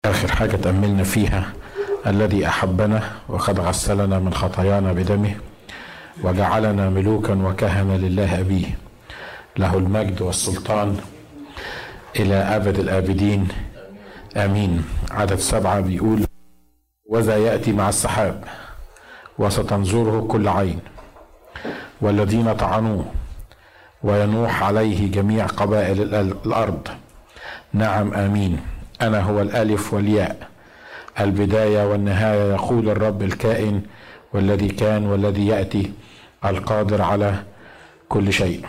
آخر حاجة تأملنا فيها الذي أحبنا وقد غسلنا من خطايانا بدمه وجعلنا ملوكا وكهنة لله أبيه، له المجد والسلطان إلى أبد الآبدين آمين. عدد 7 بيقول: وذا يأتي مع السحاب وستنظره كل عين والذين طعنوه وينوح عليه جميع قبائل الأرض. نعم آمين. أنا هو الألف والياء، البداية والنهاية، يقول الرب الكائن والذي كان والذي يأتي، القادر على كل شيء.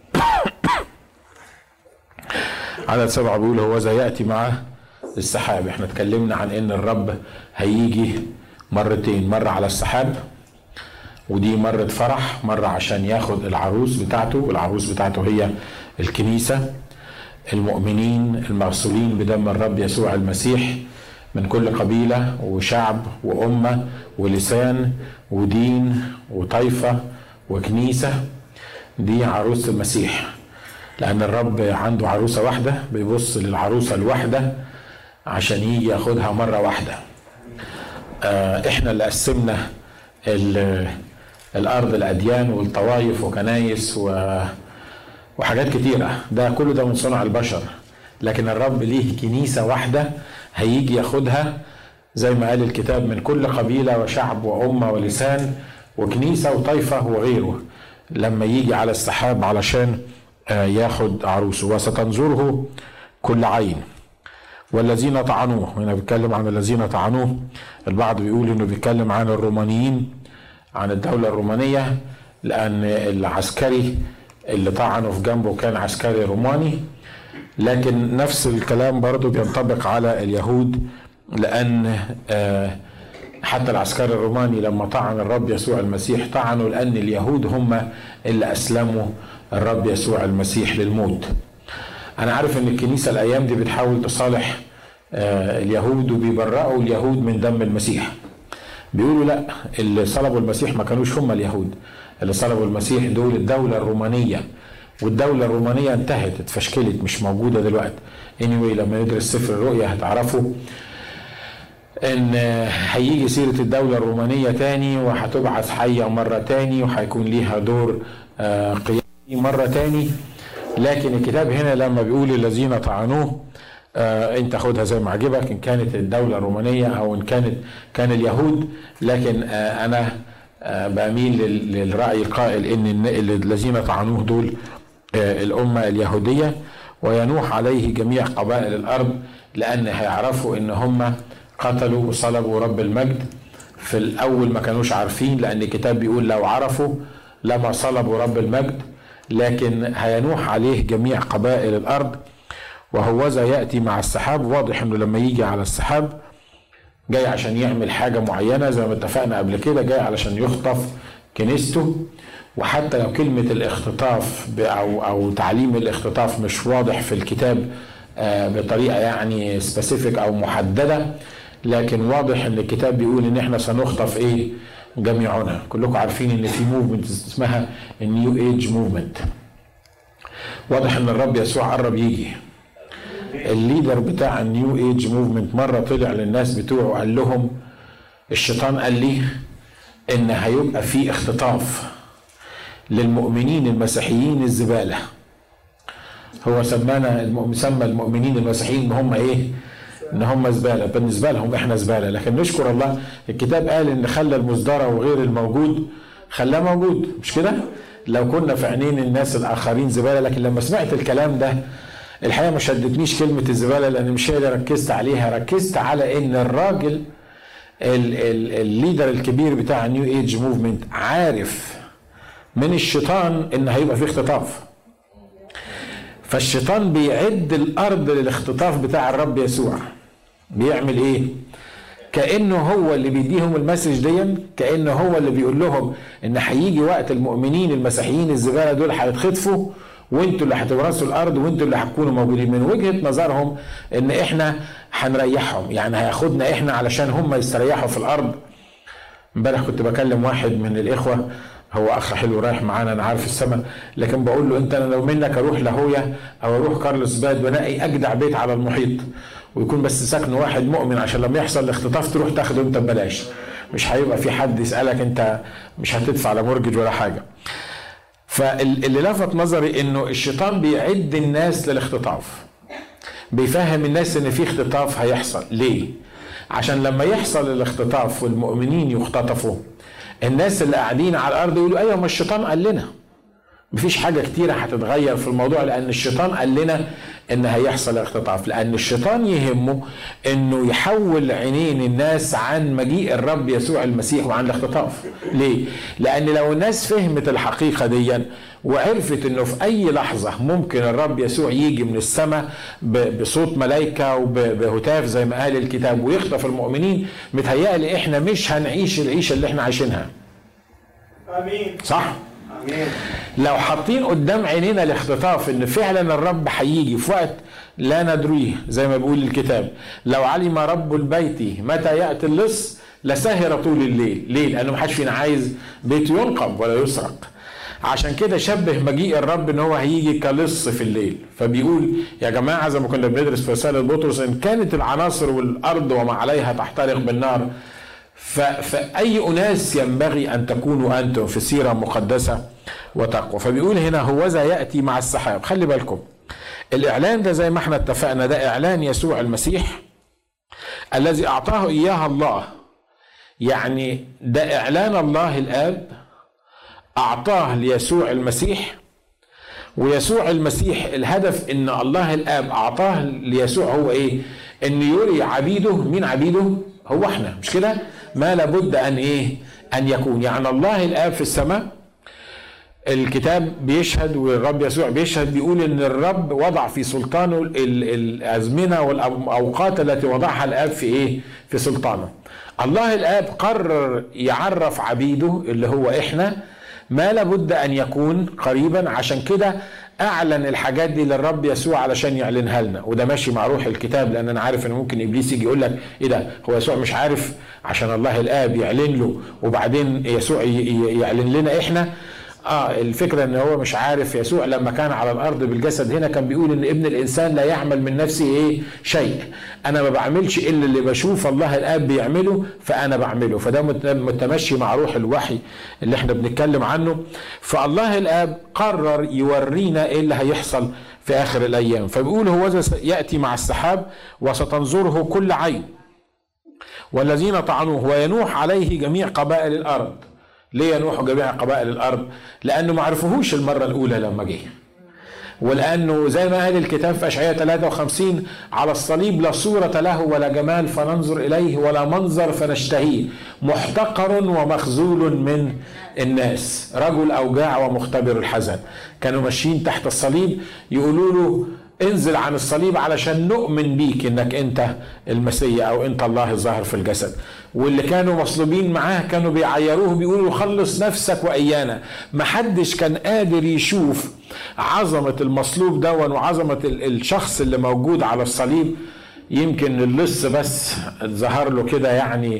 عدد 7 بيقول: هو ذا يأتي مع السحاب. احنا اتكلمنا عن ان الرب هيجي مرتين، مرة على السحاب ودي مرة فرح، مرة عشان ياخد العروس بتاعته، والعروس بتاعته هي الكنيسة، المؤمنين المغسولين بدم الرب يسوع المسيح من كل قبيلة وشعب وأمة ولسان ودين وطائفة وكنيسة. دي عروس المسيح، لأن الرب عنده عروسة واحدة، بيبص للعروسة الواحدة عشان يجي ياخدها مرة واحدة. احنا اللي قسمنا الأرض، الأديان والطوائف وكنايس وحاجات كتيرة، ده كله ده من صنع البشر، لكن الرب ليه كنيسة واحدة هيجي ياخدها زي ما قال الكتاب من كل قبيلة وشعب وأمة ولسان وكنيسة وطائفة وغيره، لما يجي على السحاب علشان ياخد عروسه. وستنظره كل عين والذين طعنوه. هنا بيتكلم عن الذين طعنوه، البعض بيقول انه بيتكلم عن الرومانيين، عن الدولة الرومانية، لأن العسكري اللي طعنه في جنبه كان عسكري روماني، لكن نفس الكلام برضو بينطبق على اليهود، لأن حتى العسكري الروماني لما طعن الرب يسوع المسيح طعنوا لأن اليهود هم اللي أسلموا الرب يسوع المسيح للموت. أنا عارف أن الكنيسة الأيام دي بتحاول تصالح اليهود وبيبرئوا اليهود من دم المسيح. بيقولوا لا، اللي صلبوا المسيح ما كانوش هم اليهود، اللي صلبوا المسيح دول الدولة الرومانية، والدولة الرومانية انتهت، اتفشكلت، مش موجودة دلوقتي. anyway لما ندرس سفر الرؤيا هتعرفوا ان هيجي سيرة الدولة الرومانية تاني، وهتبعث حية مرة تاني، وهيكون ليها دور قيادي مرة تاني. لكن الكتاب هنا لما بيقول الذين طعنوه، انت خدها زي ما عجبك، ان كانت الدولة الرومانية او ان كان اليهود، لكن انا بميل للرأي القائل ان الذين طعنوه دول الأمة اليهودية. وينوح عليه جميع قبائل الأرض، لأن هيعرفوا ان هم قتلوا وصلبوا رب المجد. في الأول ما كانوش عارفين، لأن الكتاب بيقول لو عرفوا لما صلبوا رب المجد، لكن هينوح عليه جميع قبائل الأرض. وهوذا يأتي مع السحاب. واضح انه لما يجي على السحاب جاي عشان يعمل حاجة معينة، زي ما اتفقنا قبل كده، جاي علشان يخطف كنيسته. وحتى لو كلمة الاختطاف أو تعليم الاختطاف مش واضح في الكتاب بطريقة يعني سبيسيفيك أو محددة، لكن واضح ان الكتاب بيقول ان احنا سنخطف ايه؟ جميعنا. كلكم عارفين ان في موفمنت اسمها النيو ايج موفمنت. واضح ان الرب يسوع قرب يجي. الليدر بتاع النيو ايج موفمنت مرة طلع للناس بتوعه وقال لهم الشيطان قال لي ان هيبقى في اختطاف للمؤمنين المسيحيين الزبالة. هو سمى المؤمنين المسيحيين ان هم ايه؟ ان هم زبالة. بالنسبة لهم احنا زبالة، لكن نشكر الله الكتاب قال ان خلى المزدرى وغير الموجود خلاه موجود، مش كده؟ لو كنا في عينين الناس الاخرين زبالة. لكن لما سمعت الكلام ده الحقيقة ما شدتنيش كلمة الزبالة، لان مش هي اللي ركزت عليها. ركزت على ان الراجل الليدر الكبير بتاع النيو ايج موفمنت عارف من الشيطان ان هيبقى فيه اختطاف، فالشيطان بيعد الارض للاختطاف بتاع الرب يسوع. بيعمل ايه؟ كأنه هو اللي بيديهم المسج دي، كأنه هو اللي بيقول لهم ان هيجي وقت المؤمنين المسيحيين الزبالة دول هيتخطفوا، وانتوا اللي هتورثوا الارض، وانتوا اللي هتكونوا موجودين. من وجهة نظرهم ان احنا هنريحهم، يعني هياخدنا احنا علشان هم يستريحوا في الارض. امبارح كنت بكلم واحد من الاخوة، هو اخ حلو رايح معانا انا عارف السماء، لكن بقول له انت انا لو منك اروح لاهويا او اروح كارلوس باد ونقي اجدع بيت على المحيط ويكون بس سكنه واحد مؤمن عشان لما يحصل الاختطاف تروح تاخده انت ببلاش، مش هيبقى في حد يسألك انت مش هتدفع لا مورجج ولا حاجة. فاللي لفت نظري انه الشيطان بيعد الناس للاختطاف، بيفهم الناس ان في اختطاف هيحصل. ليه؟ عشان لما يحصل الاختطاف والمؤمنين يختطفوا، الناس اللي قاعدين على الارض يقولوا ايوه ما الشيطان قال لنا. مفيش حاجة كتيرة هتتغير في الموضوع، لأن الشيطان قال لنا إن هيحصل اختطاف، لأن الشيطان يهمه إنه يحول عينين الناس عن مجيء الرب يسوع المسيح وعن الاختطاف. ليه؟ لأن لو الناس فهمت الحقيقة دي وعرفت إنه في أي لحظة ممكن الرب يسوع يجي من السماء بصوت ملائكة وبهتاف زي ما قال الكتاب ويخطف المؤمنين، متهيألي إحنا مش هنعيش العيشة اللي إحنا عايشينها. آمين. صح؟ لو حاطين قدام عينينا الاختطاف ان فعلا الرب هيجي في وقت لا ندريه زي ما بيقول الكتاب، لو علم رب البيت متى ياتي اللص لسهر طول الليل. ليه؟ لانه محدش فينا عايز بيته ينقب ولا يسرق. عشان كده شبه مجيء الرب ان هو هيجي كلص في الليل. فبيقول يا جماعه زي ما كنا بندرس في رساله بطرس، ان كانت العناصر والارض وما عليها تحترق بالنار، فأي أناس ينبغي أن تكونوا أنتم في سيرة مقدسة وتقوى. فبيقول هنا هوذا يأتي مع السحاب. خلي بالكم الإعلان ده زي ما احنا اتفقنا ده إعلان يسوع المسيح الذي أعطاه إياها الله، يعني ده إعلان الله الآب أعطاه ليسوع المسيح، ويسوع المسيح الهدف إن الله الآب أعطاه ليسوع هو إيه؟ إن يري عبيده. مين عبيده؟ هو احنا، مش كده؟ ما لابد ان ايه؟ ان يكون يعني الله الاب في السماء. الكتاب بيشهد والرب يسوع بيشهد، بيقول ان الرب وضع في سلطانه الازمنه والاوقات التي وضعها الاب في ايه؟ في سلطانه. الله الاب قرر يعرف عبيده اللي هو احنا ما لابد ان يكون قريبا، عشان كده اعلن الحاجات دي للرب يسوع علشان يعلنها لنا. وده ماشي مع روح الكتاب، لان انا عارف ان ممكن ابليس يجي يقول لك ايه ده، هو يسوع مش عارف عشان الله الاب يعلن له وبعدين يسوع يعلن لنا احنا؟ الفكرة ان هو مش عارف. يسوع لما كان على الارض بالجسد هنا كان بيقول ان ابن الانسان لا يعمل من نفسه ايه؟ شيء. انا ما بعملش الا اللي بشوف الله الاب بيعمله فانا بعمله. فده متمشي مع روح الوحي اللي احنا بنتكلم عنه. فالله الاب قرر يورينا ايه اللي هيحصل في اخر الايام. فبيقول هو يأتي مع السحاب وستنظره كل عين والذين طعنوه وينوح عليه جميع قبائل الارض. ليه ينوحوا جميع قبائل الارض؟ لانه ما عرفوهوش المره الاولى لما جه، ولانه زي ما قال الكتاب في اشعياء 53 على الصليب لا صوره له ولا جمال فننظر اليه ولا منظر فنشتهيه، محتقر ومخذول من الناس، رجل اوجاع ومختبر الحزن. كانوا ماشيين تحت الصليب يقولوا له انزل عن الصليب علشان نؤمن بيك انك انت المسيح او انت الله الظاهر في الجسد. واللي كانوا مصلوبين معاه كانوا بيعيروه بيقولوا خلص نفسك وايانا. محدش كان قادر يشوف عظمة المصلوب دون وعظمة الشخص اللي موجود على الصليب. يمكن اللص بس ظهر له كده يعني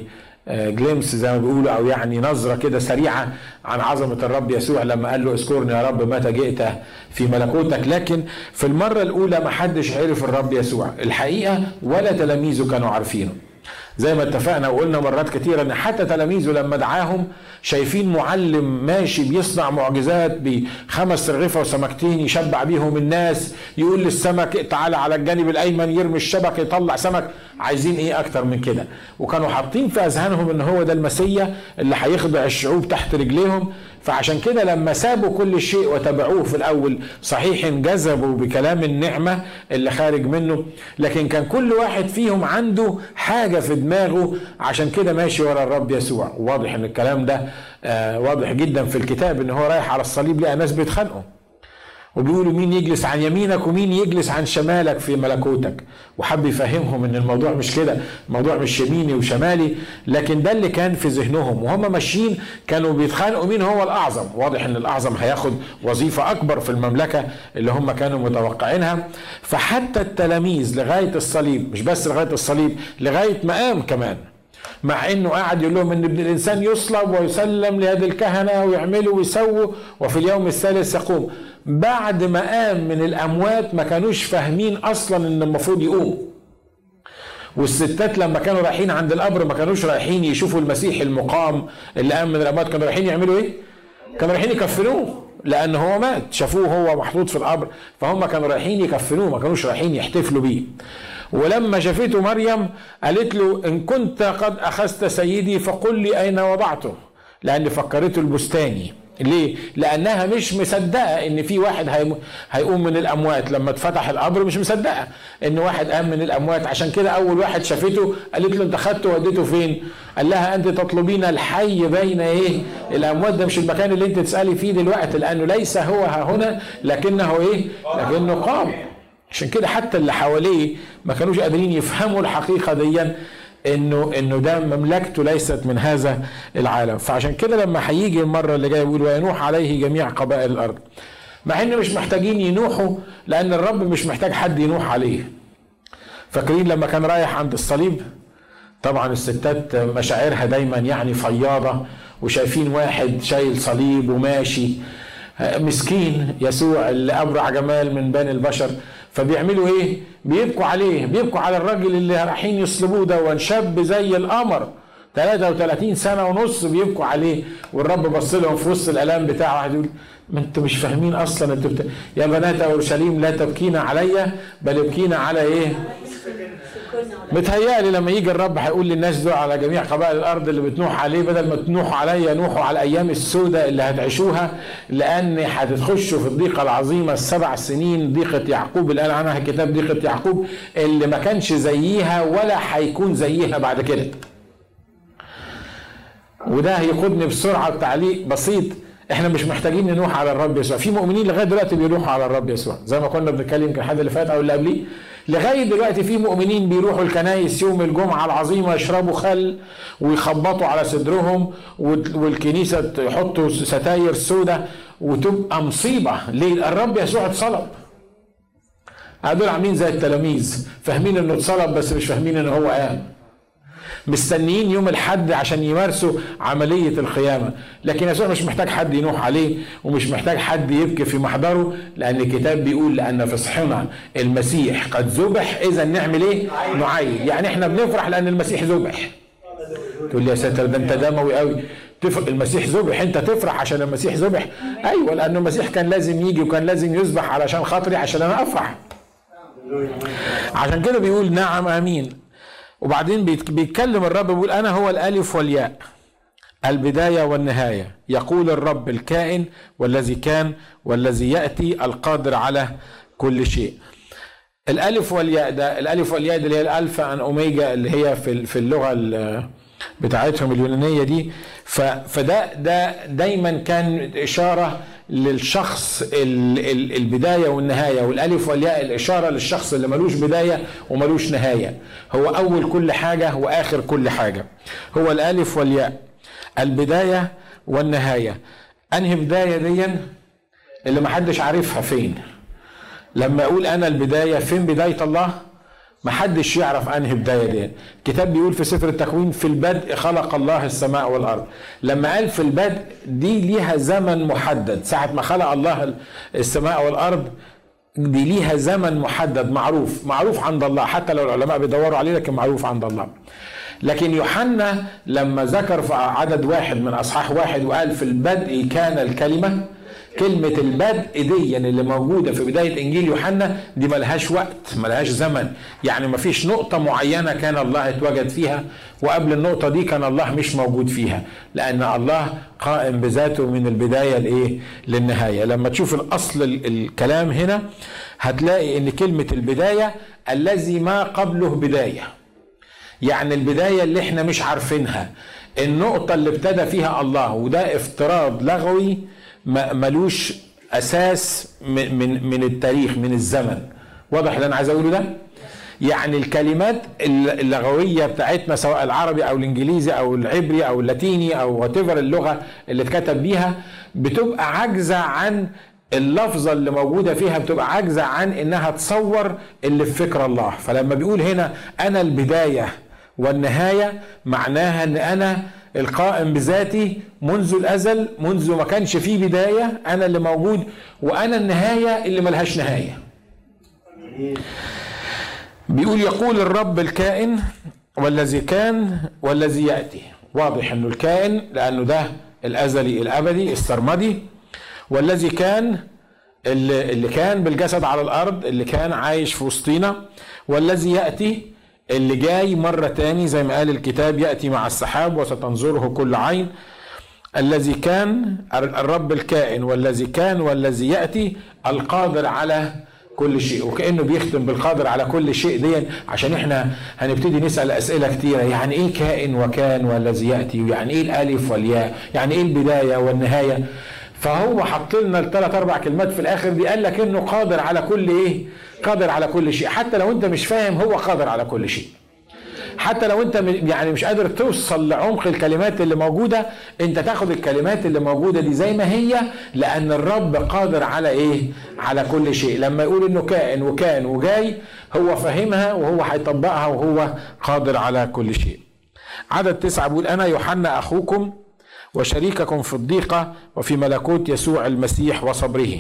جليمس زي ما بيقولوا، او يعني نظرة كده سريعة عن عظمة الرب يسوع لما قال له اذكرني يا رب متى جئت في ملكوتك. لكن في المرة الاولى ما حدش عرف الرب يسوع الحقيقة ولا تلاميذه كانوا عارفينه. زي ما اتفقنا وقلنا مرات كتيرة ان حتى تلاميذه لما دعاهم شايفين معلم ماشي بيصنع معجزات ب5 رغيفة وسمكتين يشبع بيهم الناس، يقول للسمك تعالى على الجانب الايمن يرمي الشبك يطلع سمك. عايزين ايه اكتر من كده؟ وكانوا حاطين في اذهانهم ان هو ده المسيح اللي هيخضع الشعوب تحت رجليهم. فعشان كده لما سابوا كل شيء وتبعوه في الاول صحيح انجذبوا بكلام النعمة اللي خارج منه، لكن كان كل واحد فيهم عنده حاجة في دماغه، عشان كده ماشي ورا الرب يسوع. واضح ان الكلام ده واضح جدا في الكتاب ان هو رايح على الصليب لقى ناس بيتخانقوا وبيقولوا مين يجلس عن يمينك ومين يجلس عن شمالك في ملكوتك. وحب يفهمهم ان الموضوع مش كده، الموضوع مش يميني وشمالي، لكن ده اللي كان في ذهنهم وهم ماشيين. كانوا بيتخانقوا مين هو الاعظم. واضح ان الاعظم هياخد وظيفة اكبر في المملكة اللي هم كانوا متوقعينها. فحتى التلاميذ لغاية الصليب، مش بس لغاية الصليب، لغاية مقام كمان، مع انه قاعد يقول لهم ان ابن الانسان يصلب ويسلم ليد الكهنة ويعملوا ويسووا وفي اليوم الثالث يقوم. بعد ما قام من الاموات ما كانوش فاهمين اصلا ان المفروض يقوم. والستات لما كانوا رايحين عند القبر ما كانوش رايحين يشوفوا المسيح المقام اللي قام من الاموات، كانوا رايحين يعملوا ايه؟ كانوا رايحين يكفنوه، لان هو مات، شافوه هو محطوط في القبر، فهم كانوا رايحين يكفنوه، ما كانوش رايحين يحتفلوا بيه. ولما شافته مريم قالت له ان كنت قد اخذت سيدي فقل لي اين وضعته، لان فكرته البستاني. ليه؟ لانها مش مصدقه ان في واحد هيقوم من الاموات. لما اتفتح القبر مش مصدقه ان واحد قام من الاموات، عشان كده اول واحد شافته قالت له انت خدته وديته فين؟ قال لها انت تطلبين الحي بين ايه؟ الاموات. ده مش المكان اللي انت تسالي فيه دلوقتي، لانه ليس هو ها هنا لكنه ايه؟ لكنه قام. عشان كده حتى اللي حواليه ما كانوش قادرين يفهموا الحقيقه ديا، انه ده مملكته ليست من هذا العالم. فعشان كده لما هيجي المره اللي جايه يقول وينوح عليه جميع قبائل الارض، مع ان مش محتاجين ينوحوا، لان الرب مش محتاج حد ينوح عليه. فاكرين لما كان رايح عند الصليب؟ طبعا الستات مشاعرها دايما يعني فياضه، وشايفين واحد شايل صليب وماشي مسكين يسوع اللي ابرع جمال من بني البشر، فبيعملوا ايه؟ بيبكوا عليه، بيبكوا على الراجل اللي رايحين يصلبوه ده، وانشب زي القمر 33 سنه ونص بيبكوا عليه. والرب بص لهم في وسط الالام بتاعه، واحد يقول ما انتوا مش فاهمين اصلا، انتوا يا بنات اورشليم لا تبكينا عليا بل ابكينا على ايه؟ متهيألي لما يجي الرب هيقول للناس دول على جميع قبائل الارض اللي بتنوح عليه، بدل ما تنوحوا عليا نوحوا على الايام السوداء اللي هتعيشوها، لان هتخشوا في الضيقه العظيمه ال7 سنين ضيقه يعقوب اللي قال عنها الكتاب ضيقه يعقوب، اللي ما كانش زيها ولا هيكون زيها بعد كده. وده هيقودني بسرعه بتعليق بسيط. احنا مش محتاجين ننوح على الرب يسوع، في مؤمنين لغايه دلوقتي بيروحوا على الرب يسوع، زي ما كنا بنتكلم كان الحد اللي فات او اللي قبليه. لغايه دلوقتي في مؤمنين بيروحوا الكنايس يوم الجمعه العظيمه يشربوا خل ويخبطوا على صدرهم، والكنيسه يحطوا ستاير سوداء، وتبقى مصيبه. ليه؟ الرب يسوع اتصلب. دول عاملين زي التلاميذ، فاهمين انه اتصلب بس مش فاهمين انه هو قام، مستنيين يوم الحد عشان يمارسوا عملية القيامة. لكن يسوع مش محتاج حد ينوح عليه، ومش محتاج حد يبكي في محضره، لأن الكتاب بيقول لأن فصحنا المسيح قد ذبح، إذا نعمل إيه؟ نعيد. يعني إحنا بنفرح لأن المسيح ذبح. تقول لي يا ساتر ده أنت دموي قوي، المسيح ذبح أنت تفرح عشان المسيح ذبح؟ أيوة، لأنه المسيح كان لازم يجي وكان لازم يذبح علشان خاطري عشان أنا أفرح. عشان كده بيقول نعم آمين. وبعدين بيتكلم الرب بيقول أنا هو الألف والياء البداية والنهاية، يقول الرب الكائن والذي كان والذي يأتي القادر على كل شيء. الألف والياء ده، الألف والياء اللي هي الألفا أن أوميجا اللي هي في اللغة بتاعتهم اليونانية دي، فده دايما كان إشارة للشخص البداية والنهاية، والألف والياء الإشارة للشخص اللي ملوش بداية وملوش نهاية، هو أول كل حاجة وآخر كل حاجة، هو الألف والياء البداية والنهاية. أنهي بداية دي اللي محدش عارفها فين؟ لما أقول أنا البداية، فين بداية الله؟ محدش يعرف أنهي بداية دي. الكتاب بيقول في سفر التكوين في البدء خلق الله السماء والأرض. لما قال في البدء دي ليها زمن محدد، ساعة ما خلق الله السماء والأرض دي ليها زمن محدد معروف عند الله، حتى لو العلماء بيدوروا عليه لكن معروف عند الله. لكن يوحنا لما ذكر في عدد 1 من أصحاح 1 وقال في البدء كان الكلمة، كلمة البدء دي اللي موجودة في بداية إنجيل يوحنا دي ملهاش وقت، ملهاش زمن، يعني مفيش نقطة معينة كان الله اتوجد فيها وقبل النقطة دي كان الله مش موجود فيها، لأن الله قائم بذاته من البداية للنهاية. لما تشوف الأصل الكلام هنا هتلاقي إن كلمة البداية الذي ما قبله بداية، يعني البداية اللي احنا مش عارفينها، النقطة اللي ابتدى فيها الله، وده افتراض لغوي ملوش أساس من التاريخ من الزمن. واضح اللي أنا عايز أقوله ده؟ يعني الكلمات اللغوية بتاعتنا سواء العربي أو الإنجليزي أو العبري أو اللاتيني أو واتيفر اللغة اللي اتكتب بيها بتبقى عاجزة عن اللفظة اللي موجودة فيها، بتبقى عاجزة عن إنها تصور اللي في فكر الله. فلما بيقول هنا أنا البداية والنهاية معناها أن أنا القائم بذاتي منذ الأزل، منذ ما كانش فيه بداية أنا اللي موجود، وأنا النهاية اللي ملهاش نهاية. بيقول يقول الرب الكائن والذي كان والذي يأتي. واضح انه الكائن لانه ده الازلي الابدي السرمدي، والذي كان اللي كان بالجسد على الارض، اللي كان عايش في وسطينا، والذي يأتي اللي جاي مرة تاني زي ما قال الكتاب يأتي مع السحاب وستنظره كل عين. الذي كان الرب الكائن والذي كان والذي يأتي القادر على كل شيء. وكأنه بيختم بالقادر على كل شيء دي عشان احنا هنبتدي نسأل أسئلة كتيرة. يعني ايه كائن وكان والذي يأتي؟ يعني ايه الألف والياء؟ يعني ايه البداية والنهاية؟ فهو حط لنا الثلاث اربع كلمات في الاخر دي، قال لك انه قادر على كل ايه؟ قادر على كل شيء. حتى لو انت مش فاهم هو قادر على كل شيء، حتى لو انت يعني مش قادر توصل لعمق الكلمات اللي موجودة، انت تاخد الكلمات اللي موجودة دي زي ما هي، لان الرب قادر على ايه؟ على كل شيء. لما يقول انه كائن وكان وجاي، هو فاهمها وهو هيطبقها وهو قادر على كل شيء. عدد 9 بيقول انا يوحنا اخوكم وشريككم في الضيقة وفي ملكوت يسوع المسيح وصبره.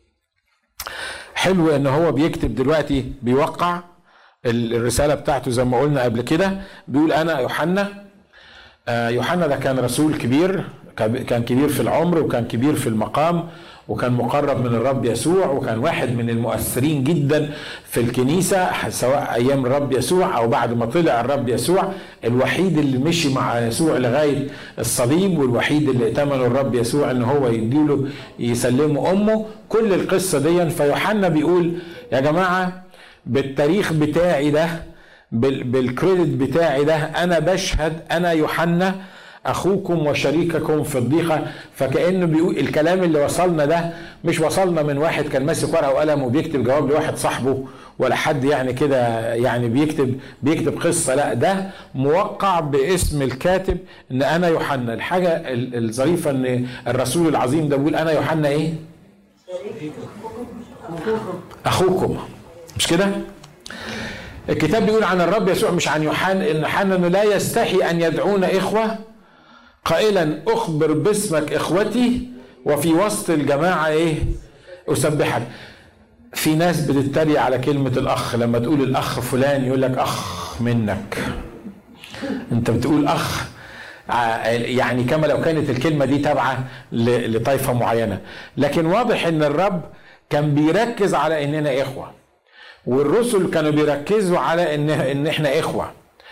حلو ان هو بيكتب دلوقتي، بيوقع الرسالة بتاعته زي ما قلنا قبل كده. بيقول انا يوحنا. يوحنا ده كان رسول كبير، كان كبير في العمر وكان كبير في المقام، وكان مقرب من الرب يسوع، وكان واحد من المؤثرين جدا في الكنيسة سواء أيام الرب يسوع أو بعد ما طلع الرب يسوع. الوحيد اللي مشي مع يسوع لغاية الصليب، والوحيد اللي ائتمنه الرب يسوع أنه هو يديله يسلمه أمه. كل القصة دي. فيوحنا بيقول يا جماعة بالتاريخ بتاعي ده، بالكريدت بتاعي ده، أنا بشهد أنا يوحنا أخوكم وشريككم في الضيقة. فكأنه بيقول الكلام اللي وصلنا ده مش وصلنا من واحد كان ماسك ورقة وقلم وبيكتب جواب لواحد صاحبه، ولا حد يعني كده يعني بيكتب قصة. لا، ده موقع باسم الكاتب ان انا يوحنا. الحاجة الظريفة ان الرسول العظيم ده بيقول انا يوحنا ايه؟ اخوكم. مش كده؟ الكتاب بيقول عن الرب يسوع مش عن يوحنا انه لا يستحي ان يدعونا اخوة، قائلا اخبر باسمك اخوتي وفي وسط الجماعة ايه؟ اسبحك. في ناس بتتريق على كلمة الاخ، لما تقول الاخ فلان يقول لك اخ منك، انت بتقول اخ، يعني كما لو كانت الكلمة دي تابعة لطائفة معينة. لكن واضح ان الرب كان بيركز على اننا اخوة، والرسل كانوا بيركزوا على ان احنا اخوة.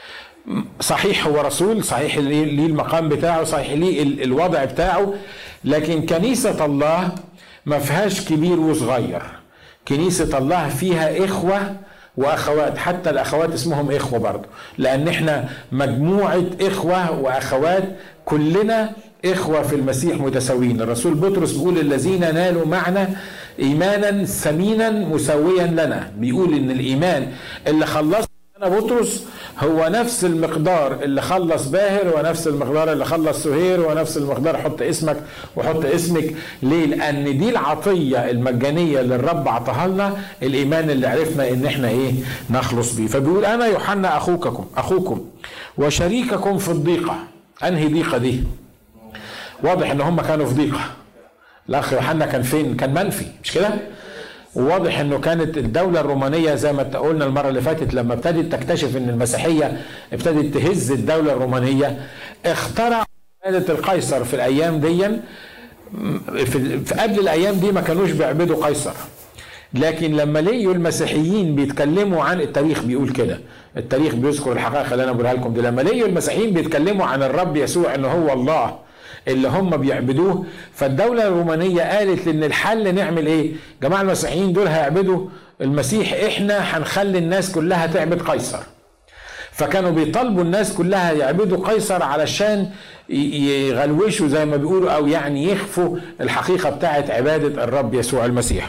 صحيح هو رسول، صحيح ليه المقام بتاعه، صحيح ليه الوضع بتاعه، لكن كنيسة الله ما فيهاش كبير وصغير. كنيسة الله فيها إخوة وأخوات، حتى الأخوات اسمهم إخوة برضو، لأن إحنا مجموعة إخوة وأخوات، كلنا إخوة في المسيح متساويين. الرسول بطرس بيقول الذين نالوا معنا إيمانا ثمينا مساويا لنا. بيقول إن الإيمان اللي خلص أنا بطرس هو نفس المقدار اللي خلص باهر، ونفس المقدار اللي خلص سهير، ونفس المقدار حط اسمك وحط اسمك. ليه؟ لأن دي العطية المجانية اللي الرب عطاها لنا، الإيمان اللي عرفنا إن إحنا إيه؟ نخلص بيه. فبيقول أنا يوحنا أخوكم وشريككم في الضيقة. أنهي ضيقة دي؟ واضح إن هم كانوا في ضيقة. الأخ يوحنا كان فين؟ كان منفي، مش كده؟ وواضح انه كانت الدولة الرومانية زي ما قلنا المرة اللي فاتت، لما ابتدت تكتشف ان المسيحية ابتدت تهز الدولة الرومانية، اخترع عبادة القيصر في الايام دي. في قبل الايام دي ما كانوش بيعبدوا قيصر، لكن لما لقيوا المسيحيين بيتكلموا عن التاريخ، بيقول كده التاريخ بيذكر الحقائق اللي انا بقولها لكم دي، لما لقيوا المسيحيين بيتكلموا عن الرب يسوع انه هو الله اللي هم بيعبدوه، فالدولة الرومانية قالت ان الحل نعمل ايه؟ جماعة المسيحيين دول هيعبدوا المسيح، احنا هنخلي الناس كلها تعبد قيصر. فكانوا بيطالبوا الناس كلها يعبدوا قيصر علشان يغلوشوا زي ما بيقولوا، او يعني يخفوا الحقيقة بتاعت عبادة الرب يسوع المسيح.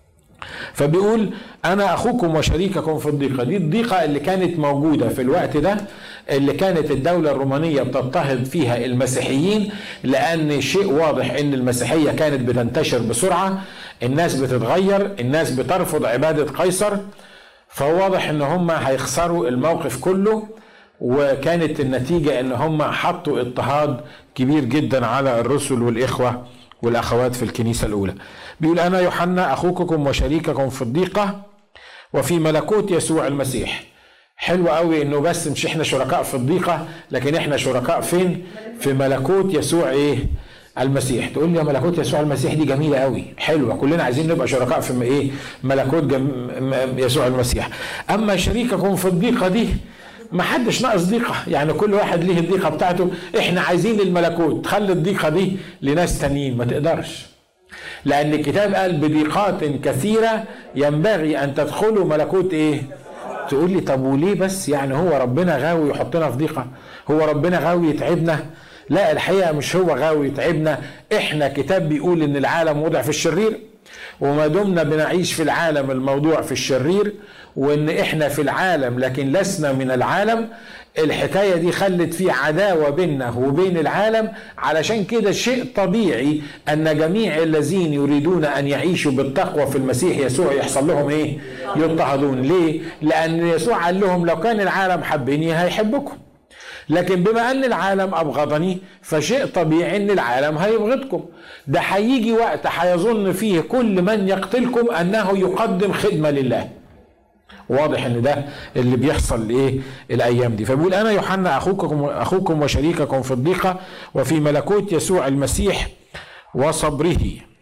فبيقول أنا أخوكم وشريككم في الضيقة. دي الضيقة اللي كانت موجودة في الوقت ده، اللي كانت الدولة الرومانية بتضطهد فيها المسيحيين، لأن شيء واضح إن المسيحية كانت بتنتشر بسرعة، الناس بتتغير، الناس بترفض عبادة قيصر، فواضح إن هم هيخسروا الموقف كله. وكانت النتيجة إن هم حطوا اضطهاد كبير جدا على الرسل والإخوة والأخوات في الكنيسة الأولى. بيقول أنا يوحنا أخوكم وشريككم في الضيقة وفي ملكوت يسوع المسيح. حلو قوي انه بس مش احنا شركاء في الضيقة، لكن احنا شركاء فين؟ في ملكوت يسوع ايه؟ المسيح. تقول لي يا ملكوت يسوع المسيح دي جميلة قوي، حلوة، كلنا عايزين نبقى شركاء في ايه؟ ملكوت يسوع المسيح. اما شريككم في الضيقة دي ما حدش ناقص ضيقة، يعني كل واحد ليه الضيقة بتاعته. احنا عايزين الملكوت، خلي الضيقة دي لناس تانيين، ما تقدرش، لان الكتاب قال بضيقات كثيرة ينبغي ان تدخلوا ملكوت ايه؟ تقول لي طب وليه بس؟ يعني هو ربنا غاوي يحطنا في ضيقة؟ هو ربنا غاوي يتعبنا؟ لا، الحقيقة مش هو غاوي يتعبنا، احنا كتاب بيقول ان العالم وضع في الشرير، وما دمنا بنعيش في العالم الموضوع في الشرير، وان احنا في العالم لكن لسنا من العالم. الحكاية دي خلت في عداوة بيننا وبين العالم، علشان كده شيء طبيعي ان جميع الذين يريدون ان يعيشوا بالتقوى في المسيح يسوع يحصل لهم ايه؟ يضطهدون. ليه؟ لان يسوع قال لهم لو كان العالم حبني هيحبكم، لكن بما ان العالم ابغضني فشيء طبيعي ان العالم هيبغضكم. ده هيجي وقت هيظن فيه كل من يقتلكم انه يقدم خدمة لله. واضح ان ده اللي بيحصل ايه الايام دي. فبيقول انا يوحنا اخوكم وشريككم في الضيقة وفي ملكوت يسوع المسيح وصبره.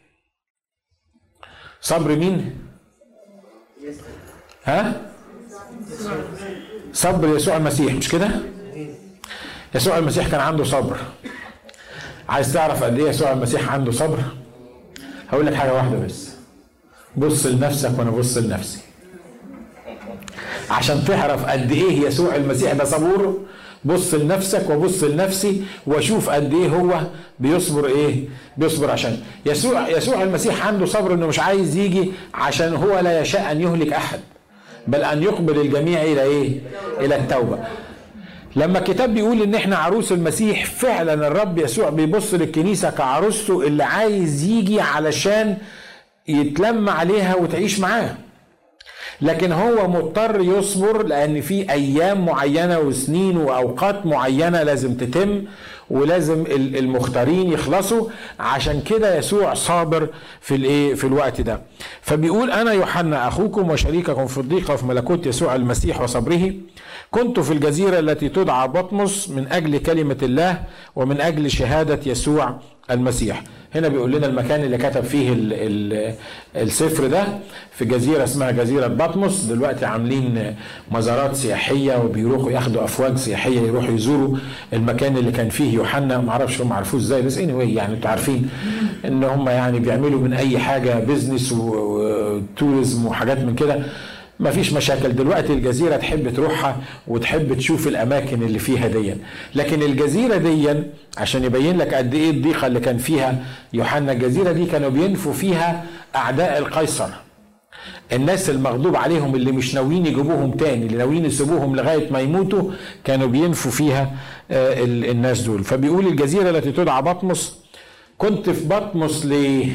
صبر مين؟ ها؟ صبر يسوع المسيح، مش كده؟ يسوع المسيح كان عنده صبر. عايز تعرف قد ايه يسوع المسيح عنده صبر؟ هقول لك حاجة واحدة بس، بص لنفسك وانا بص لنفسي عشان تعرف قد ايه يسوع المسيح ده صبور. بص لنفسك وبص لنفسي واشوف قد ايه هو بيصبر. ايه بيصبر؟ عشان يسوع المسيح عنده صبر، انه مش عايز يجي عشان هو لا يشاء ان يهلك احد، بل ان يقبل الجميع الى ايه؟ الى التوبة. لما الكتاب بيقول ان احنا عروس المسيح، فعلا الرب يسوع بيبص للكنيسة كعروسته اللي عايز يجي علشان يتلم عليها وتعيش معاه، لكن هو مضطر يصبر لان في ايام معينة وسنين واوقات معينة لازم تتم، ولازم المختارين يخلصوا. عشان كده يسوع صابر في الوقت ده. فبيقول انا يوحنا اخوكم وشريككم في الضيقة وفي ملكوت يسوع المسيح وصبره. كنت في الجزيرة التي تدعى بطمس من اجل كلمة الله ومن اجل شهادة يسوع المسيح. هنا بيقول لنا المكان اللي كتب فيه السفر ده في جزيرة اسمها جزيرة بطمس. دلوقتي عاملين مزارات سياحية وبيروحوا ياخدوا أفواج سياحية يروحوا يزوروا المكان اللي كان فيه يوحنا. معرفش هم عرفوه ازاي، بس anyway يعني انتوا عارفين ان هم يعني بيعملوا من اي حاجة بيزنس وتوريزم وحاجات من كده. ما فيش مشاكل. دلوقتي الجزيرة تحب تروحها وتحب تشوف الأماكن اللي فيها دي، لكن الجزيرة دي عشان يبين لك قد إيه الضيقة اللي كان فيها يوحنا، الجزيرة دي كانوا بينفوا فيها أعداء القيصر، الناس المغضوب عليهم اللي مش ناويين يجيبوهم تاني، اللي ناويين يسيبوهم لغاية ما يموتوا، كانوا بينفوا فيها الناس دول. فبيقول الجزيرة التي تدعى بطمس. كنت في بطمس ليه؟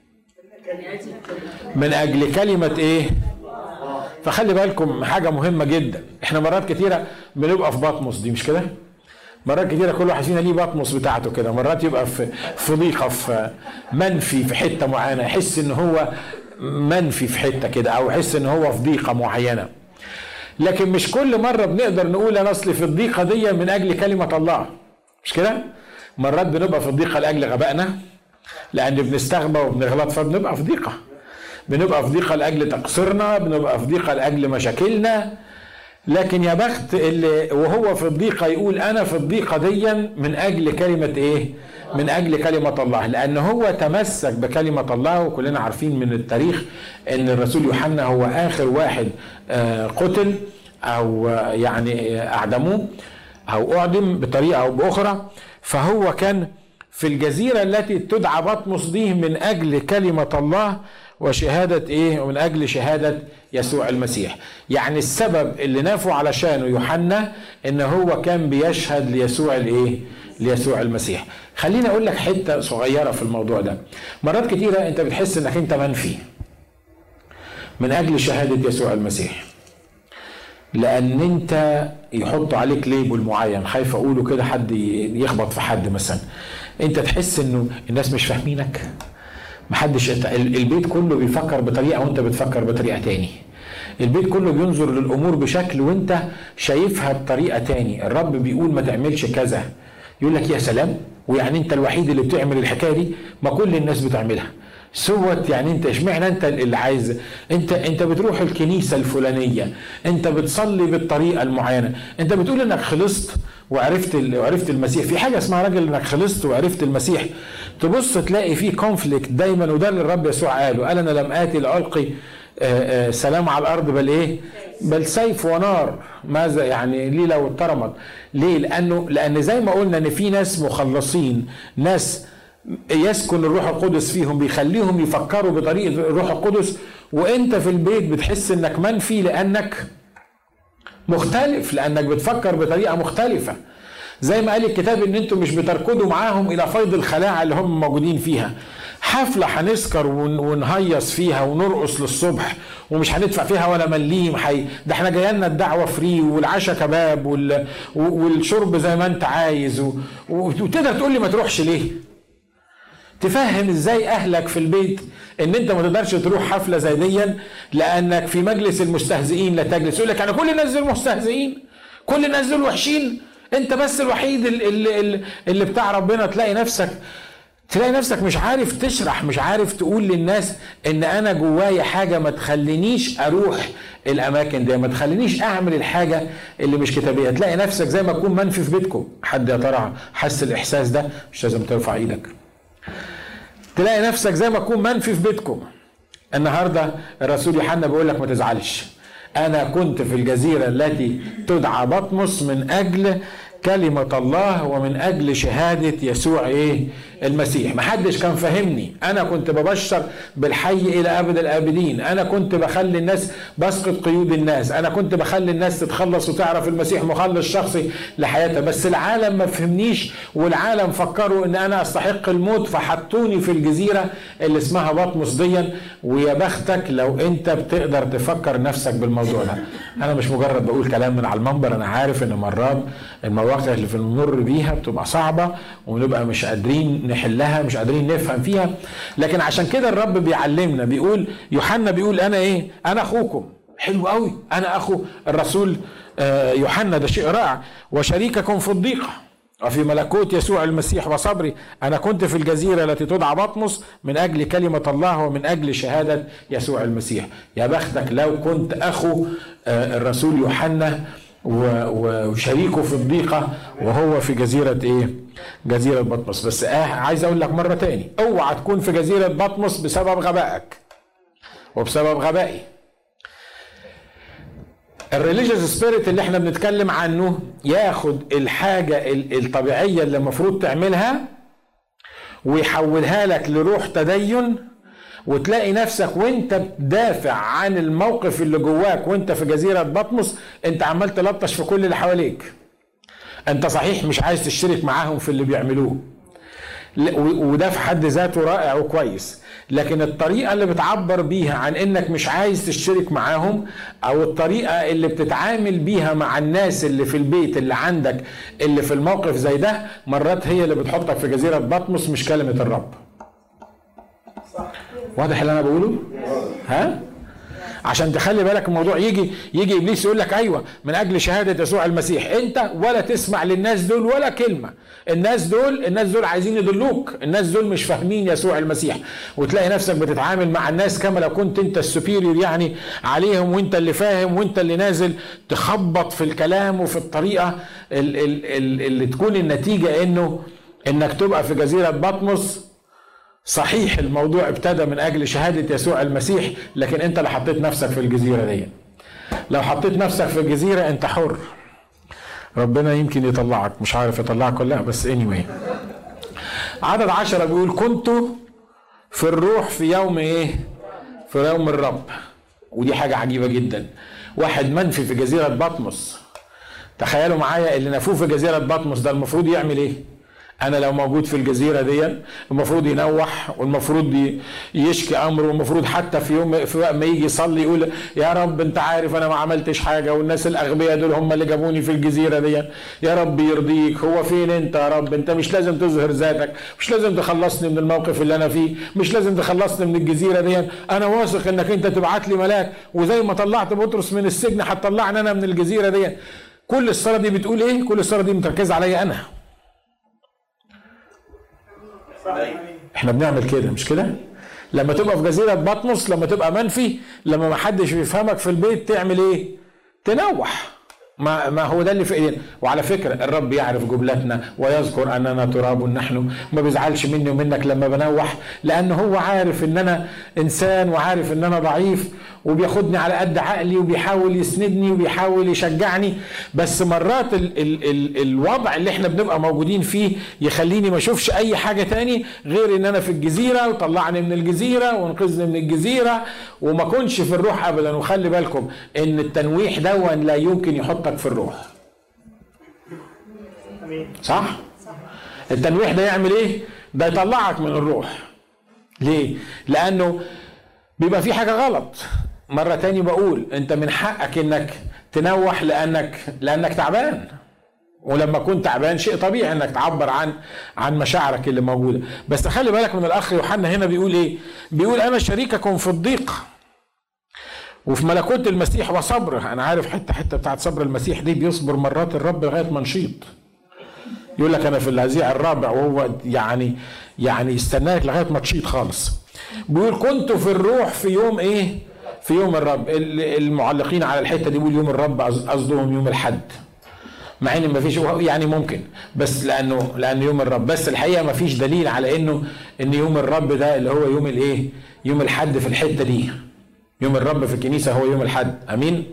من أجل كلمة إيه؟ فخلي بالكم حاجة مهمة جدا، احنا مرات كتيرة بنبقى في بطمس دي، مش كده؟ مرات كتيرة كل واحد فينا ليه بطمس بتاعته كده. مرات يبقى في ضيقة، في منفي في حتة معينة، يحس ان هو منفي في حتة كده، او يحس ان هو في ضيقة معينة. لكن مش كل مرة بنقدر نقول انا اصلي في الضيقة دي من اجل كلمة الله، مش كده؟ مرات بنبقى في الضيقة لاجل غبائنا، لان بنستغبى وبنغلط فبنبقى في ضيقة. بنبقى في ضيقة لأجل تقصيرنا، بنبقى في ضيقة لأجل مشاكلنا. لكن يا بخت اللي وهو في الضيقة يقول أنا في الضيقة دي من أجل كلمة إيه؟ من أجل كلمة الله، لأن هو تمسك بكلمة الله. وكلنا عارفين من التاريخ أن الرسول يوحنا هو آخر واحد قتل أو يعني أعدموه أو أعدم بطريقة أو بأخرى. فهو كان في الجزيرة التي تدعى بطمس دي من أجل كلمة الله وشهادة إيه؟ ومن أجل شهادة يسوع المسيح. يعني السبب اللي نافوا علشانه يوحنا إن هو كان بيشهد ليسوع الإيه؟ ليسوع المسيح. خليني أقول لك حتة صغيرة في الموضوع ده. مرات كتيرة أنت بتحس إنك أنت منفي من أجل شهادة يسوع المسيح، لأن أنت يحط عليك ليبل معين. خايف أقوله كده حد يخبط في حد مثلا. أنت تحس إنه الناس مش فاهمينك، محدش، البيت كله بيفكر بطريقة وانت بتفكر بطريقة تاني. البيت كله بينظر للامور بشكل وانت شايفها بطريقه تاني. الرب بيقول ما تعملش كذا، يقول لك يا سلام، ويعني انت الوحيد اللي بتعمل الحكايه دي؟ ما كل الناس بتعملها. سوت يعني انت اشمعنى انت اللي عايز؟ انت بتروح الكنيسه الفلانيه، انت بتصلي بالطريقه المعينه، انت بتقول انك خلصت وعرفت المسيح. في حاجه اسمها راجل انك خلصت وعرفت المسيح، تبص تلاقي فيه كونفليكت دايما. وده اللي الرب يسوع قال انا لم اتي لالقي سلام على الارض بل ايه؟ بل سيف ونار. ماذا يعني ليه لو اترمت؟ ليه؟ لان زي ما قلنا ان في ناس مخلصين، ناس يسكن الروح القدس فيهم، بيخليهم يفكروا بطريقه الروح القدس، وانت في البيت بتحس انك منفي لانك مختلف، لانك بتفكر بطريقه مختلفه. زي ما قال الكتاب ان انتم مش بتركضوا معاهم الى فيض الخلاعه اللي هم موجودين فيها. حفله هنسكر ونهيص فيها ونرقص للصبح ومش هندفع فيها ولا مليم، ده احنا جايلنا الدعوه فري والعشاء كباب والشرب زي ما انت عايز، وتقدر تقول لي ما تروحش ليه؟ تفهم ازاي اهلك في البيت ان انت ما تقدرش تروح حفله زي دي لانك في مجلس المستهزئين لا تجلس. يقول لك انا كل الناس دول مستهزئين، كل الناس دول وحشين، انت بس الوحيد اللي بتاع ربنا. تلاقي نفسك مش عارف تشرح، مش عارف تقول للناس ان انا جوايا حاجه ما تخلينيش اروح الاماكن دي، ما تخلينيش اعمل الحاجه اللي مش كتابيه. تلاقي نفسك زي ما تكون منفي في بيتكم. حد يا ترى حس الاحساس ده؟ مش لازم ترفع ايدك. تلاقي نفسك زي ما تكون منفي في بيتكم. النهارده الرسول يوحنا بيقول لك ما تزعلش، انا كنت في الجزيره التي تدعى بطمس من اجل كلمة الله ومن أجل شهادة يسوع المسيح. محدش كان فهمني، أنا كنت ببشر بالحي إلى أبد الآبدين، أنا كنت بخلي الناس بسقط قيود الناس، أنا كنت بخلي الناس تتخلص وتعرف المسيح مخلص شخصي لحياتها. بس العالم ما فهمنيش، والعالم فكروا إن أنا أستحق الموت، فحطوني في الجزيرة اللي اسمها بطمس ديا. ويا بختك لو أنت بتقدر تفكر نفسك بالموضوع ده. أنا مش مجرد بقول كلام من على المنبر، أنا عارف إن مرات المواقف اللي في المر بيها بتبقى صعبة ونبقى مش قادرين نحلها، مش قادرين نفهم فيها. لكن عشان كده الرب بيعلمنا، بيقول يوحنا بيقول أنا أنا أخوكم. حلو قوي، أنا أخو الرسول يوحنا، ده شيء رائع. وشريككم في الضيقة وفي ملكوت يسوع المسيح وصبري. أنا كنت في الجزيرة التي تدعى بطمس من أجل كلمة الله ومن أجل شهادة يسوع المسيح. يا بختك لو كنت أخو الرسول يوحنا وشريكه في الضيقة وهو في جزيرة جزيرة بطمس. بس عايز اقول لك مرة تاني، اوعى تكون في جزيرة بطمس بسبب غبائك وبسبب غبائي. الريليجيوس سبيريت اللي احنا بنتكلم عنه ياخد الحاجة الطبيعية اللي المفروض تعملها ويحولها لك لروح تدين، وتلاقي نفسك وانت بتدافع عن الموقف اللي جواك وانت في جزيرة بطمس انت عمال تلطش في كل اللي حواليك. انت صحيح مش عايز تشترك معاهم في اللي بيعملوه، وده في حد ذاته رائع وكويس، لكن الطريقة اللي بتعبر بيها عن انك مش عايز تشترك معاهم، او الطريقة اللي بتتعامل بيها مع الناس اللي في البيت اللي عندك اللي في الموقف زي ده، مرات هي اللي بتحطك في جزيرة بطمس مش كلمة الرب. واضح اللي انا بقوله؟ ها؟ عشان تخلي بالك الموضوع يجي ابليس يقول لك ايوه من اجل شهاده يسوع المسيح، انت ولا تسمع للناس دول ولا كلمه. الناس دول عايزين يضلوك، الناس دول مش فاهمين يسوع المسيح، وتلاقي نفسك بتتعامل مع الناس كما لو كنت انت السوبيريور يعني عليهم، وانت اللي فاهم وانت اللي نازل تخبط في الكلام وفي الطريقه اللي تكون النتيجه انك تبقى في جزيره بطمس. صحيح الموضوع ابتدى من اجل شهادة يسوع المسيح، لكن انت اللي حطيت نفسك في الجزيرة دي. لو حطيت نفسك في الجزيرة انت حر، ربنا يمكن يطلعك، مش عارف يطلعك ولا لا، بس anyway. عدد 10 بيقول كنت في الروح في يوم في يوم الرب. ودي حاجة عجيبة جدا، واحد منفي في جزيرة بطمس. تخيلوا معايا اللي نفوه في جزيرة بطمس ده المفروض يعمل انا لو موجود في الجزيره دي المفروض ينوح، والمفروض يشكي امره، والمفروض حتى في يوم في وقت ما يجي يصلي يقول يا رب انت عارف انا ما عملتش حاجه، والناس الاغبياء دول هم اللي جابوني في الجزيره دي، يا رب يرضيك، هو فين انت يا رب؟ انت مش لازم تظهر ذاتك، مش لازم تخلصني من الموقف اللي انا فيه، مش لازم تخلصني من الجزيره دي، انا واثق انك انت تبعت لي ملاك، وزي ما طلعت بطرس من السجن هتطلعني انا من الجزيره دي. كل الصلاه دي بتقول ايه؟ كل الصلاه دي متركزه عليا انا. احنا بنعمل كده مش كده؟ لما تبقى في جزيرة بطمس، لما تبقى منفي، لما ما حدش بيفهمك في البيت، تعمل ايه؟ تنوح. ما هو ده اللي في ايدينا. وعلى فكرة الرب يعرف جملتنا ويذكر اننا تراب نحن، ما بيزعلش مني ومنك لما بنوح، لانه هو عارف ان انا انسان وعارف ان انا ضعيف، وبياخدني على قد عقلي وبيحاول يسندني وبيحاول يشجعني. بس مرات الوضع اللي احنا بنبقى موجودين فيه يخليني ما اشوفش اي حاجة تاني غير ان انا في الجزيرة، وطلعني من الجزيرة وانقذني من الجزيرة، وما كنش في الروح ابدا. وخلي بالكم ان التنويح دون لا يمكن يحطك في الروح. صح؟ التنويح ده يعمل ايه؟ ده يطلعك من الروح. ليه؟ لانه بيبقى في حاجة غلط. مرة تاني بقول انت من حقك انك تنوح لانك تعبان، ولما كنت تعبان شيء طبيعي انك تعبر عن مشاعرك اللي موجودة. بس خلي بالك من الاخ يوحنا هنا بيقول ايه؟ بيقول انا شريككم في الضيق وفي ملكوت المسيح وصبره. انا عارف حته بتاعت صبر المسيح دي، بيصبر مرات الرب لغايه ما نشيط. يقول لك انا في الهزيع الرابع، وهو يعني يستناك لغايه ما تشيط خالص. بيقول كنت في الروح في يوم ايه؟ في يوم الرب. المعلقين على الحته دي بيقول يوم الرب قصدهم يوم الحد، مع ان ما فيش، يعني ممكن، بس لانه يوم الرب، بس الحقيقه ما فيش دليل على ان يوم الرب ده اللي هو يوم الايه؟ يوم الحد في الحته دي. يوم الرب في الكنيسه هو يوم الحد. امين.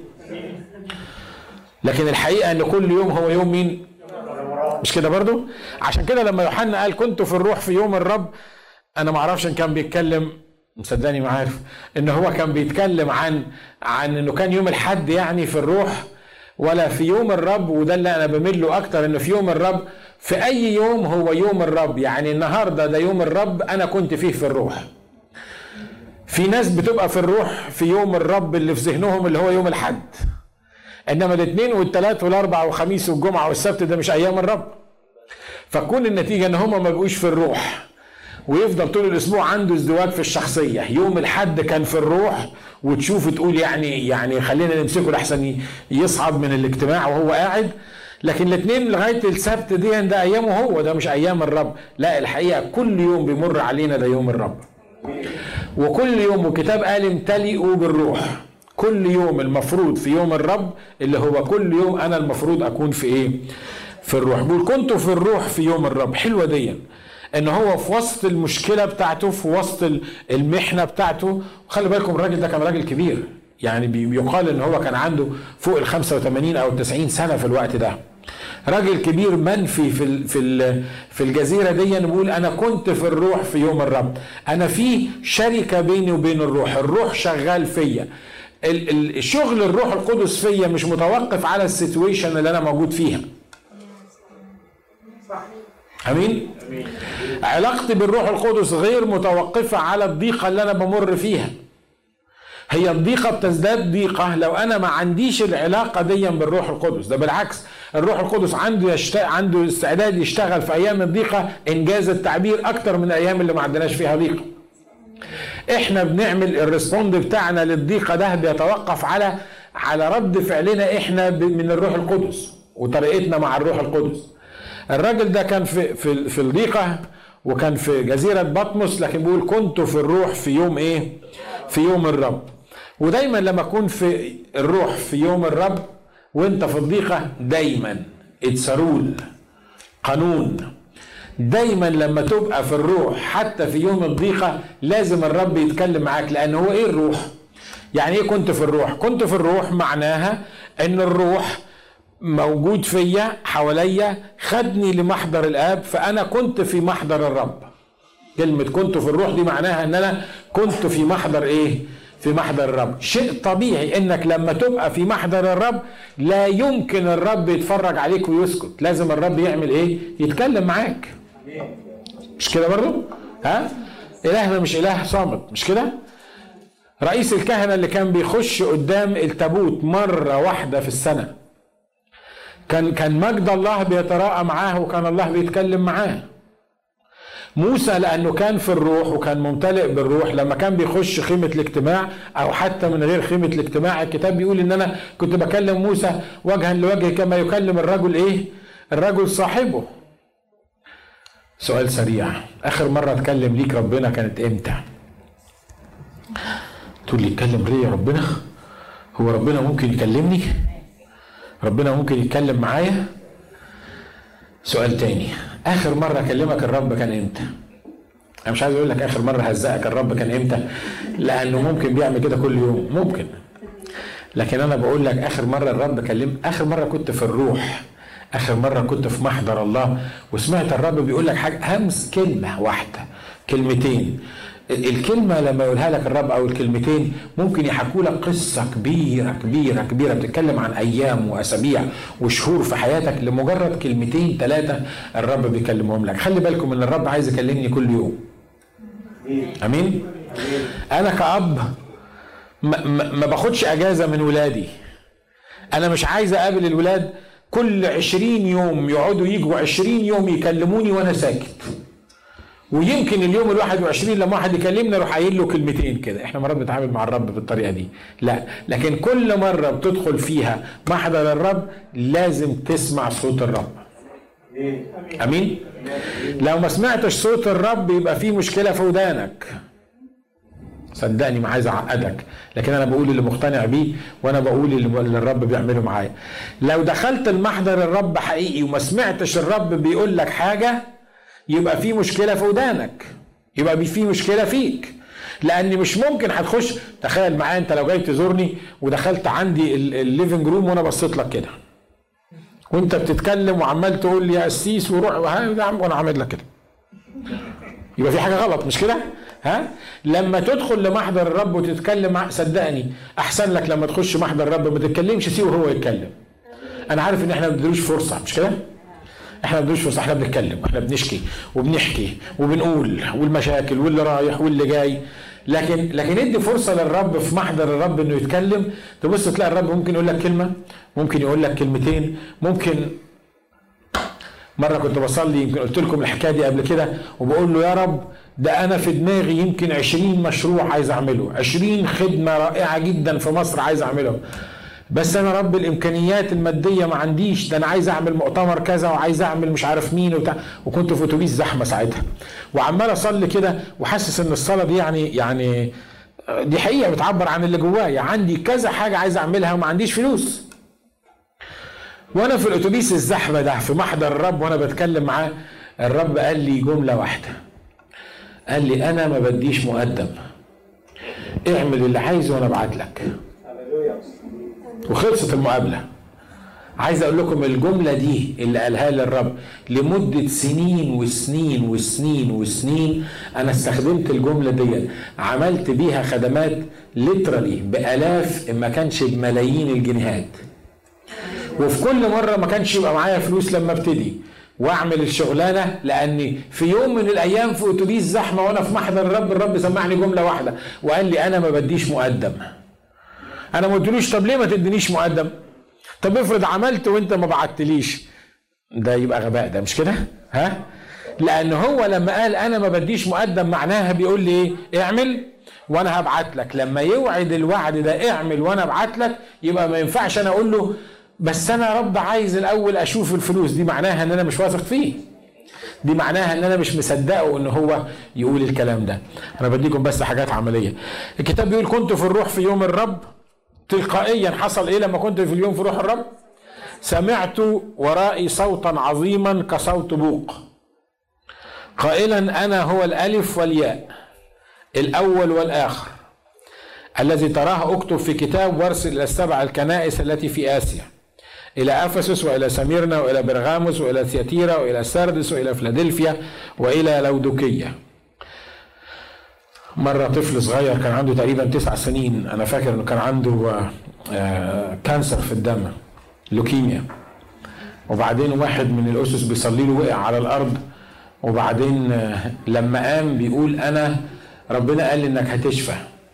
لكن الحقيقه ان كل يوم هو يوم مين؟ مش كده برضو؟ عشان كده لما يوحنا قال كنت في الروح في يوم الرب، انا ما اعرفش ان كان بيتكلم، مصدقني ما عارف ان هو كان بيتكلم عن انه كان يوم الحد يعني في الروح، ولا في يوم الرب. وده اللي انا بميل له اكتر، انه في يوم الرب. في اي يوم هو يوم الرب، يعني النهارده ده يوم الرب انا كنت فيه في الروح. في ناس بتبقى في الروح في يوم الرب اللي في ذهنهم اللي هو يوم الحد، انما الاثنين والثلاث والاربع والخميس والجمعه والسبت ده مش ايام الرب. فكون النتيجه ان هم ما بقوش في الروح، ويفضل طول الاسبوع عنده ازدواج في الشخصيه. يوم الحد كان في الروح، وتشوف تقول يعني خلينا نمسكه لحسن يصعد من الاجتماع وهو قاعد. لكن الاثنين لغايه السبت ده ايامه هو، ده مش ايام الرب. لا، الحقيقه كل يوم بيمر علينا ده يوم الرب. وكل يوم، والكتاب قال امتلئوا بالروح. كل يوم المفروض في يوم الرب اللي هو كل يوم انا المفروض اكون في ايه؟ في الروح. بيقول كنت في الروح في يوم الرب. حلوه دي، ان هو في وسط المشكله بتاعته، في وسط المحنه بتاعته. وخلي بالكم الراجل ده كان راجل كبير، يعني بيقال ان هو كان عنده فوق ال 85 او 90 سنه في الوقت ده. راجل كبير منفي في الجزيره دي. بيقول انا كنت في الروح في يوم الرب. انا في شركه بيني وبين الروح، الروح شغال فيا. الشغل الروح القدس فيا مش متوقف على السيتويشن اللي انا موجود فيها. امين. علاقتي بالروح القدس غير متوقفه على الضيقه اللي انا بمر فيها. هي الضيقه بتزداد ضيقه لو انا ما عنديش العلاقه دي بالروح القدس. ده بالعكس، الروح القدس عنده استعداد يشتغل في ايام الضيقه، انجاز التعبير، اكتر من الايام اللي ما عندناش فيها ضيقه. احنا بنعمل الريسبوند بتاعنا للضيقه ده بيتوقف على رد فعلنا احنا من الروح القدس وطريقتنا مع الروح القدس. الراجل ده كان في الضيقه، وكان في جزيره بطمس، لكن بيقول كنت في الروح في يوم ايه؟ في يوم الرب. ودايما لما اكون في الروح في يوم الرب وانت في الضيقه، دايما اتس رول، قانون. دايما لما تبقى في الروح حتى في يوم الضيقه لازم الرب يتكلم معاك. لان هو ايه الروح؟ يعني ايه كنت في الروح؟ كنت في الروح معناها ان الروح موجود فيا حواليا، خدني لمحضر الاب، فانا كنت في محضر الرب. كلمة كنت في الروح دي معناها ان انا كنت في محضر ايه؟ في محضر الرب. شيء طبيعي انك لما تبقى في محضر الرب لا يمكن الرب يتفرج عليك ويسكت، لازم الرب يعمل ايه؟ يتكلم معاك. مش كده برضو؟ إلهنا مش إله صامت، مش كده؟ رئيس الكهنة اللي كان بيخش قدام التابوت مرة واحدة في السنة، كان مجد الله بيتراءى معاه وكان الله بيتكلم معاه. موسى لأنه كان في الروح وكان ممتلئ بالروح، لما كان بيخش خيمة الاجتماع أو حتى من غير خيمة الاجتماع، الكتاب بيقول إن أنا كنت بكلم موسى وجها لوجه كما يكلم الرجل الرجل صاحبه. سؤال سريع، آخر مرة اتكلم ليك ربنا كانت إمتى؟ تقول لي اتكلم ليه يا ربنا؟ هو ربنا ممكن يكلمني؟ ربنا ممكن يتكلم معايا؟ سؤال تاني، آخر مرة كلمك الرب كان إمتى؟ أنا مش عايز أقول لك آخر مرة هزقك الرب كان إمتى، لأنه ممكن بيعمل كده كل يوم، ممكن. لكن أنا بقول لك آخر مرة الرب كلم، آخر مرة كنت في الروح، آخر مرة كنت في محضر الله وسمعت الرب بيقول لك حاجة، همس كلمة واحدة، كلمتين. الكلمة لما يقولها لك الرب أو الكلمتين ممكن يحكوا لك قصة كبيرة كبيرة كبيرة، بتتكلم عن أيام وأسابيع وشهور في حياتك لمجرد كلمتين 3 الرب بيكلمهم لك. خلي بالكم إن الرب عايز يكلمني كل يوم. أمين؟ أنا كأب ما باخدش أجازة من ولادي. أنا مش عايز أقابل الولاد كل 20 يوم يقعدوا يجوا 20 يوم يكلموني وأنا ساكت. ويمكن اليوم 21 لما واحد يكلمنا اروح قايل له كلمتين كده. احنا مرات بنتعامل مع الرب بالطريقه دي، لا، لكن كل مره بتدخل فيها محضر الرب لازم تسمع صوت الرب. امين؟ لو ما سمعتش صوت الرب يبقى في مشكله في ودانك. صدقني ما عايز اعقدك، لكن انا بقول اللي مقتنع بيه وانا بقول اللي الرب بيعمله معايا. لو دخلت المحضر الرب حقيقي وما سمعتش الرب بيقول لك حاجه يبقى في مشكلة في ودانك، يبقى في مشكلة فيك، لأن مش ممكن هتخش. تخيل معايا أنت لو جاي تزورني ودخلت عندي الليفنج روم وأنا بصيت لك كده وأنت بتتكلم وعمال تقول لي يا قسيس وروح وأنا عامل لك كده، يبقى في حاجة غلط، مش كده؟ لما تدخل لمحضر الرب وتتكلم معاه، صدقني أحسن لك لما تخش محضر الرب ما تتكلمش، سيبه هو يتكلم. أنا عارف إن إحنا ما بنديلوش فرصة، مش كده؟ احنا ما بندوش فرصه، احنا بنتكلم، احنا بنشكي وبنحكي وبنقول والمشاكل واللي رايح واللي جاي، لكن ادي فرصه للرب في محضر الرب انه يتكلم. تبص تلاقي الرب ممكن يقول لك كلمه، ممكن يقول لك كلمتين، ممكن. مره كنت بصلي، يمكن قلت لكم الحكايه دي قبل كده، وبقول له يا رب ده انا في دماغي يمكن 20 مشروع عايز اعمله، 20 خدمه رائعه جدا في مصر عايز اعملهم، بس انا رب الامكانيات الماديه ما عنديش، ده انا عايز اعمل مؤتمر كذا وعايز اعمل مش عارف مين وبتاع، وكنت في اتوبيس زحمه ساعتها وعمال اصلي كده وحاسس ان الصلاه دي يعني دي حقيقه بتعبر عن اللي جوايا، عندي كذا حاجه عايز اعملها وما عنديش فلوس. وانا في الاتوبيس الزحمه ده في محضر الرب وانا بتكلم معاه، الرب قال لي جمله واحده، قال لي انا ما بديش مقدم، اعمل اللي عايزه وانا ابعت لك. وخلصت المقابلة. عايز اقول لكم الجملة دي اللي قالها لي الرب لمدة سنين وسنين وسنين وسنين، انا استخدمت الجملة دي، عملت بيها خدمات ليترالي بآلاف ما كانش بملايين الجنيهات، وفي كل مرة ما كانش يبقى معايا فلوس لما ابتدي واعمل الشغلانة، لاني في يوم من الايام في اتوبيس زحمة وانا في محضر الرب سمعني جملة واحدة وقال لي انا ما بديش مقدم. انا ما قلتلوش طب ليه ما تدينيش مقدم؟ طب افرض عملت وانت ما بعتليش، ده يبقى غباء، ده مش كده؟ لان هو لما قال انا ما بديش مقدم معناها بيقول لي ايه؟ اعمل وانا هبعت لك. لما يوعد الوعد ده اعمل وانا ابعت لك، يبقى ما ينفعش انا اقول له بس انا يا رب عايز الاول اشوف الفلوس، دي معناها ان انا مش واثق فيه، دي معناها ان انا مش مصدقه ان هو يقول الكلام ده. انا بديكم بس حاجات عمليه. الكتاب بيقول كنت في الروح في يوم الرب، تلقائيا حصل ايه لما كنت في اليوم في روح الرب؟ سمعت ورائي صوتا عظيما كصوت بوق قائلا انا هو الالف والياء الاول والاخر الذي تراه اكتب في كتاب وارسل الى 7 الكنائس التي في اسيا، الى افسس والى سميرنا والى برغاموس والى ثياتيرا والى ساردس والى فيلادلفيا والى لودوكيه. مرة طفل صغير كان عنده تقريبا 9 سنين، أنا فاكر إنه كان عنده كانسر في الدم، لوكيميا، وبعدين واحد من الأسس بيصلي له وقع على الأرض وبعدين لما قام بيقول انا ربنا قال لي انك هتشفى.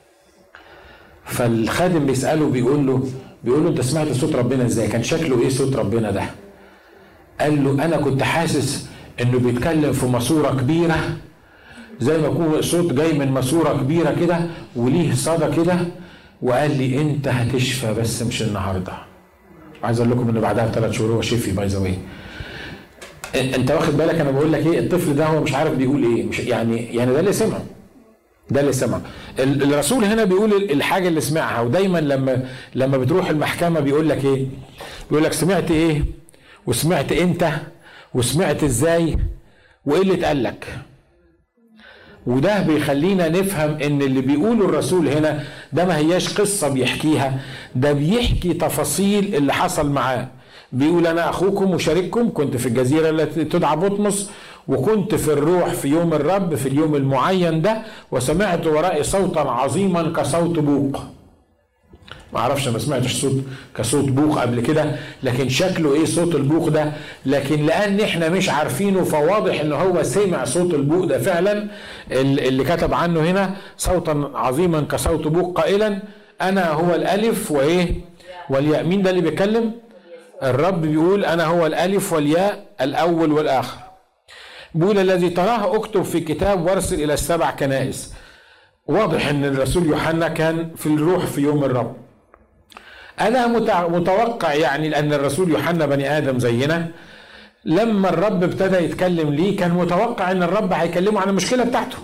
فالخادم بيسأله بيقول له انت سمعت صوت ربنا ازاي؟ كان شكله ايه صوت ربنا ده؟ قال له انا كنت حاسس انه بيتكلم في ماسورة كبيرة، زي ما يكون صوت جاي من ماسورة كبيرة كده وليه صدى كده، وقال لي انت هتشفى بس مش النهارده. عايز اقول لكم ان بعدها ب3 شهور هو شفي باي ذا واي. انت واخد بالك انا بقول لك ايه؟ الطفل ده هو مش عارف بيقول ايه، مش يعني ده اللي سمعه. الرسول هنا بيقول الحاجه اللي سمعها. ودايما لما بتروح المحكمه بيقول لك ايه؟ بيقول لك سمعت ايه؟ وسمعت امتى؟ وسمعت ازاي؟ وايه اللي اتقال لك؟ وده بيخلينا نفهم ان اللي بيقوله الرسول هنا ده ما هياش قصه بيحكيها، ده بيحكي تفاصيل اللي حصل معاه. بيقول انا اخوكم وشارككم، كنت في الجزيره التي تدعى بطمس، وكنت في الروح في يوم الرب في اليوم المعين ده، وسمعت ورائي صوتا عظيما كصوت بوق. ما اعرفش، ما سمعتش صوت كصوت بوق قبل كده، لكن شكله ايه صوت البوق ده؟ لكن لان احنا مش عارفينه فواضح ان هو سمع صوت البوق ده فعلا. اللي كتب عنه هنا صوتا عظيما كصوت بوق قائلا انا هو الالف وايه والياء. مين ده اللي بيتكلم؟ الرب بيقول انا هو الالف والياء الاول والاخر. بيقول الذي تراه اكتب في كتاب وارسل الى ال7 كنائس. واضح ان الرسول يوحنا كان في الروح في يوم الرب. انا متوقع يعني لان الرسول يوحنا بني ادم زينا، لما الرب ابتدى يتكلم ليه كان متوقع ان الرب هيكلمه عن المشكله بتاعته،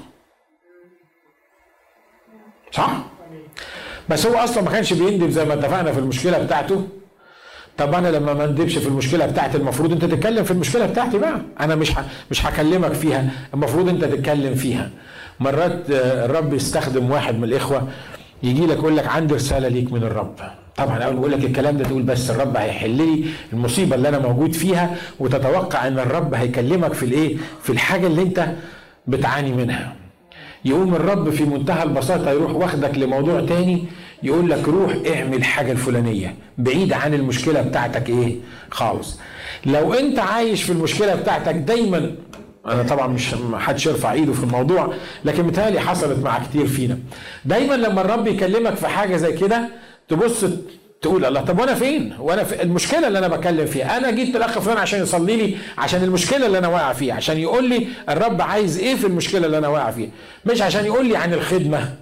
صح؟ بس هو اصلا ما كانش بيندب زي ما اتفقنا في المشكله بتاعته. طب انا لما ما اندبش في المشكله بتاعتي المفروض انت تتكلم في المشكله بتاعتي بقى. انا مش هكلمك فيها، المفروض انت تتكلم فيها. مرات الرب يستخدم واحد من الاخوه يجي لك يقول لك عندي رساله ليك من الرب. طبعا اول ما يقول لك الكلام ده تقول بس الرب هيحل لي المصيبه اللي انا موجود فيها، وتتوقع ان الرب هيكلمك في الايه؟ في الحاجه اللي انت بتعاني منها. يقوم الرب في منتهى البساطه يروح واخدك لموضوع تاني، يقول لك روح اعمل حاجه الفلانيه بعيد عن المشكله بتاعتك ايه خالص. لو انت عايش في المشكله بتاعتك دايما، انا طبعا مش حدش يرفع ايده في الموضوع، لكن متهيألي حصلت مع كتير فينا. دايما لما الرب يكلمك في حاجه زي كده تبص تقول الله طب وانا فين؟ وانا في المشكله اللي انا بكلم فيها. انا جيت الاخ فلان عشان يصلي لي عشان المشكله اللي انا واقع فيها، عشان يقول لي الرب عايز ايه في المشكله اللي انا واقع فيها، مش عشان يقول لي عن الخدمه.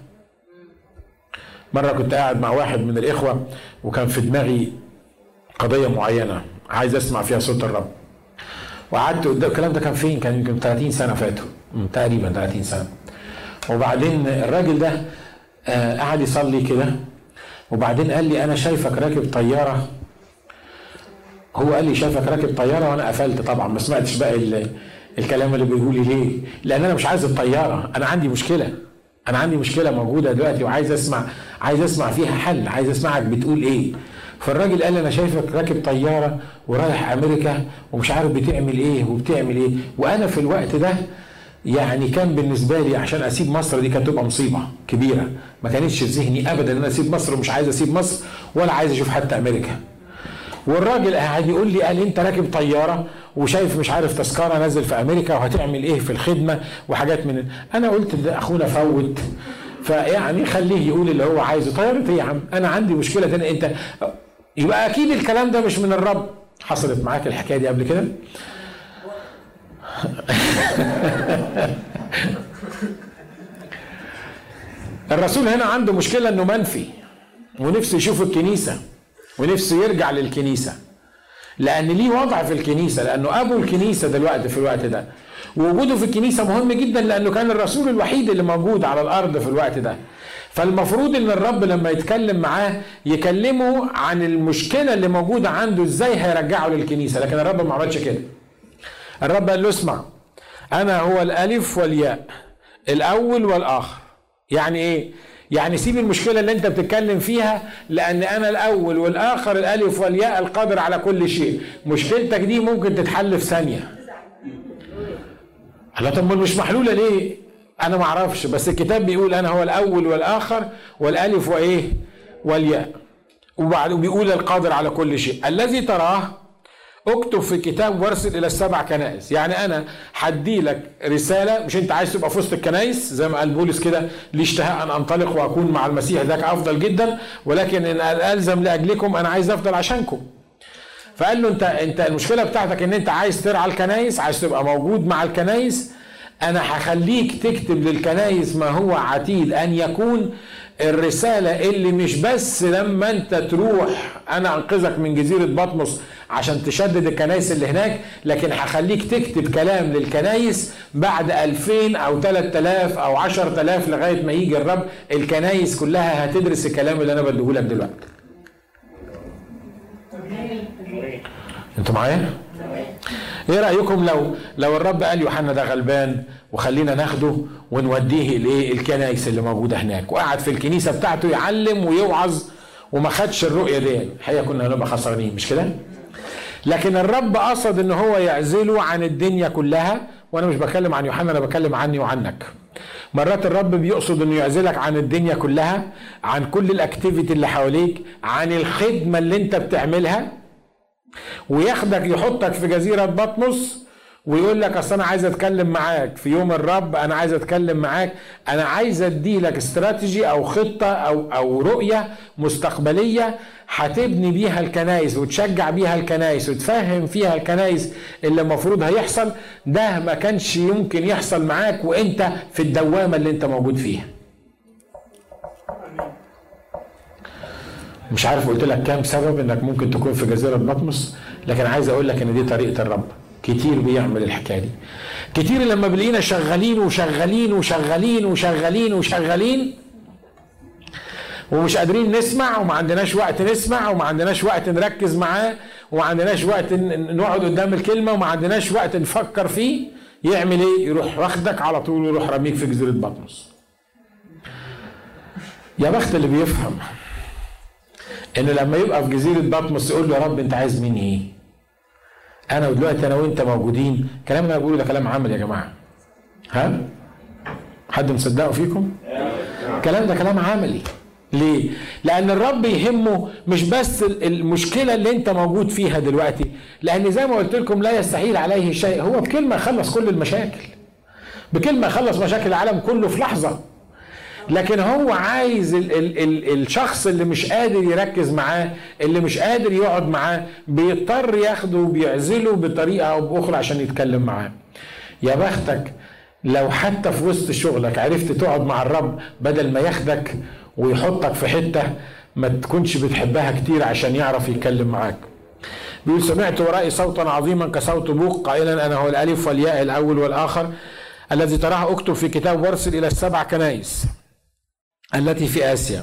مره كنت قاعد مع واحد من الاخوه وكان في دماغي قضيه معينه عايز اسمع فيها صوت الرب، وقعدت قدام. الكلام ده كان فين؟ كان يمكن 30 سنه فاتوا، تقريبا 30 سنه. وبعدين الراجل ده قعد يصلي كده، وبعدين قال لي انا شايفك راكب طياره. هو قال لي شايفك راكب طياره، وانا قفلت طبعا ما سمعتش بقى الكلام اللي بيقول لي. ليه؟ لان انا مش عايز الطياره، انا عندي مشكله موجوده دلوقتي وعايز اسمع فيها حل، عايز اسمعك بتقول ايه. فالراجل قال لي انا شايفك راكب طياره ورايح امريكا ومش عارف بتعمل ايه. وانا في الوقت ده يعني كان بالنسبه لي عشان اسيب مصر دي كانت تبقى مصيبه كبيره، ما كانتش في ذهني ابدا ان انا اسيب مصر، ومش عايز اسيب مصر ولا عايز اشوف حتى امريكا. والراجل قاعد يقول لي قال انت راكب طياره وشايف مش عارف تذكره نازل في امريكا وهتعمل ايه في الخدمه وحاجات من انا قلت ده اخونا فوت، فيعني خليه يقول اللي هو عايزه. طيارة ايه يا عم؟ انا عندي مشكله تانية. انت يبقى اكيد الكلام ده مش من الرب. حصلت معاك الحكايه دي قبل كده؟ الرسول هنا عنده مشكله انه منفي، ونفسه يشوف الكنيسه، ونفسه يرجع للكنيسه، لان ليه وضع في الكنيسه، لانه ابو الكنيسه دلوقتي في الوقت ده، ووجوده في الكنيسه مهم جدا لانه كان الرسول الوحيد اللي موجود على الارض في الوقت ده. فالمفروض ان الرب لما يتكلم معاه يكلمه عن المشكله اللي موجوده عنده ازاي هيرجعه للكنيسه، لكن الرب ما عملش كده. الرب قال له اسمع انا هو الالف والياء الاول والاخر. يعني ايه؟ يعني سيب المشكله اللي انت بتتكلم فيها، لان انا الاول والاخر الالف والياء القادر على كل شيء. مشكلتك دي ممكن تتحل في ثانيه. لا طب مش محلوله ليه؟ انا ما اعرفش، بس الكتاب بيقول انا هو الاول والاخر والالف والياء، وبعد بيقول القادر على كل شيء. الذي تراه اكتب في كتاب وارسل الى السبع كنائس. يعني انا هدي لك رساله، مش انت عايز تبقى في وسط الكنائس زي ما قال بولس كده، لي اشتهاء ان انطلق واكون مع المسيح، ذاك افضل جدا، ولكن ان الزم لاجلكم انا عايز افضل عشانكم. فقال له انت المشكله بتاعتك ان انت عايز ترعى الكنائس، عايز تبقى موجود مع الكنائس، انا هخليك تكتب للكنائس ما هو عتيد ان يكون. الرسالة اللي مش بس لما انت تروح انا انقذك من جزيرة بطمس عشان تشدد الكنائس اللي هناك، لكن هخليك تكتب كلام للكنائس بعد 2000 او 3000 او 10000 لغاية ما يجي الرب، الكنائس كلها هتدرس الكلام اللي انا بديهولك دلوقتي. انتوا معايا؟ ايه رأيكم لو الرب قال يوحنا ده غلبان وخلينا ناخده ونوديه الايه الكنائس اللي موجوده هناك، وقعد في الكنيسه بتاعته يعلم ويوعظ وما خدش الرؤيه دي، الحقيقه كنا هنبقى خسرانين مش كده؟ لكن الرب قصد ان هو يعزله عن الدنيا كلها، وانا مش بكلم عن يوحنا، انا بكلم عني وعنك. مرات الرب بيقصد انه يعزلك عن الدنيا كلها، عن كل الاكتيفيتي اللي حواليك، عن الخدمه اللي انت بتعملها، وياخدك يحطك في جزيره بطمس ويقول لك اصل انا عايز اتكلم معاك في يوم الرب، انا عايز اتكلم معاك، انا عايز ادي لك استراتيجي او خطه او رؤيه مستقبليه هتبني بيها الكنائس وتشجع بيها الكنائس وتفهم فيها الكنائس اللي المفروض هيحصل. ده ما كانش يمكن يحصل معاك وانت في الدوامه اللي انت موجود فيها. مش عارف قلت لك كام سبب انك ممكن تكون في جزيره بطمس، لكن عايز اقول لك ان دي طريقه الرب. كتير بيعمل الحكايه دي، كتير لما بلاقينا شغالين وشغالين وشغالين وشغالين وشغالين ومش قادرين نسمع، وما عندناش وقت نسمع، وما عندناش وقت نركز معاه، وما عندناش وقت نقعد قدام الكلمه، وما عندناش وقت نفكر فيه، يعمل ايه؟ يروح واخدك على طول ويروح رميك في جزيره بطمس. يا بخت اللي بيفهم ان لما يبقى في جزيره بطمس يقول له يا رب انت عايز مني ايه؟ انا ودلوقتي انا وانت موجودين، الكلام اللي انا بقوله ده كلام عمل يا جماعه. ها؟ حد مصدقه فيكم؟ الكلام ده كلام عملي. ليه؟ لان الرب يهمه مش بس المشكله اللي انت موجود فيها دلوقتي، لان زي ما قلت لكم لا يستحيل عليه شيء، هو بكلمه يخلص كل المشاكل، بكلمه يخلص مشاكل العالم كله في لحظه. لكن هو عايز الشخص اللي مش قادر يركز معاه، اللي مش قادر يقعد معاه، بيضطر ياخده وبيعزله بطريقة أو بأخرى عشان يتكلم معاه. يا بختك لو حتى في وسط شغلك عرفت تقعد مع الرب بدل ما ياخدك ويحطك في حتة ما تكونش بتحبها كتير عشان يعرف يتكلم معاك. بيقول سمعت ورائي صوتا عظيما كصوت بوق قائلا أنا هو الألف والياء الأول والآخر الذي تراه اكتب في كتاب وارسل إلى السبع كنائس التي في آسيا،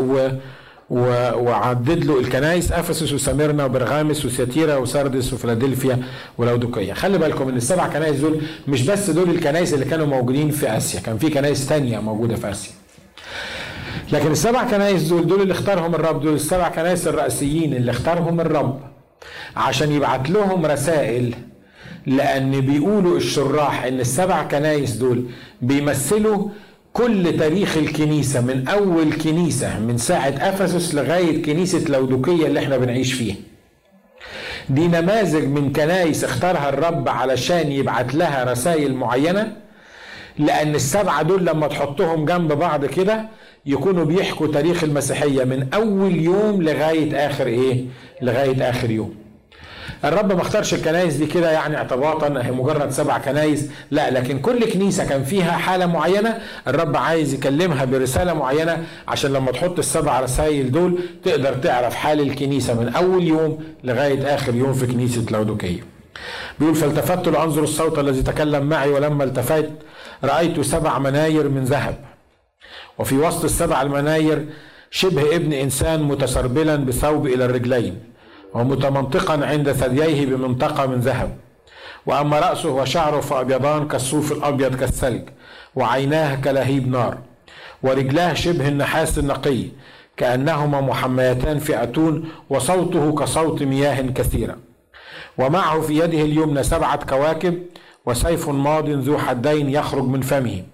وعدد له الكنائس أفسس وسميرنا وبرغامس وسياتيرا وساردس وفيلادلفيا ولودوكية. خلي بالكم ان السبع كنائس دول مش بس دول الكنائس اللي كانوا موجودين في آسيا، كان في كنائس تانية موجودة في آسيا، لكن السبع كنائس دول اللي اختارهم الرب، دول السبع كنائس الرئيسيين اللي اختارهم الرب عشان يبعت لهم رسائل. لأن بيقولوا الشراح ان السبع كنائس دول بيمثلوا كل تاريخ الكنيسة، من أول كنيسة من ساعة أفسس لغاية كنيسة لودوكية اللي احنا بنعيش فيها. دي نماذج من كنائس اختارها الرب علشان يبعت لها رسائل معينة، لأن السبعة دول لما تحطهم جنب بعض كده يكونوا بيحكوا تاريخ المسيحية من أول يوم لغاية آخر إيه؟ لغاية آخر يوم. الرب ما اختارش الكنائس دي كده يعني اعتباطا هي مجرد 7 كنائس، لا، لكن كل كنيسة كان فيها حالة معينة الرب عايز يكلمها برسالة معينة، عشان لما تحط ال7 رسائل دول تقدر تعرف حال الكنيسة من أول يوم لغاية آخر يوم في كنيسة لودوكية. بيقول فالتفت لأنظر الصوت الذي تكلم معي، ولما التفت رأيت 7 مناير من ذهب، وفي وسط ال7 المناير شبه ابن إنسان متسربلا بثوب إلى الرجلين، ومتمنطقا عند ثدييه بمنطقة من ذهب، وأما رأسه وشعره فأبيضان كالصوف الأبيض كالثلج، وعيناه كلهيب نار، ورجلاه شبه النحاس النقي كأنهما محميتان في أتون، وصوته كصوت مياه كثيرة، ومعه في يده اليمنى 7 كواكب، وسيف ماض ذو حدين يخرج من فمه،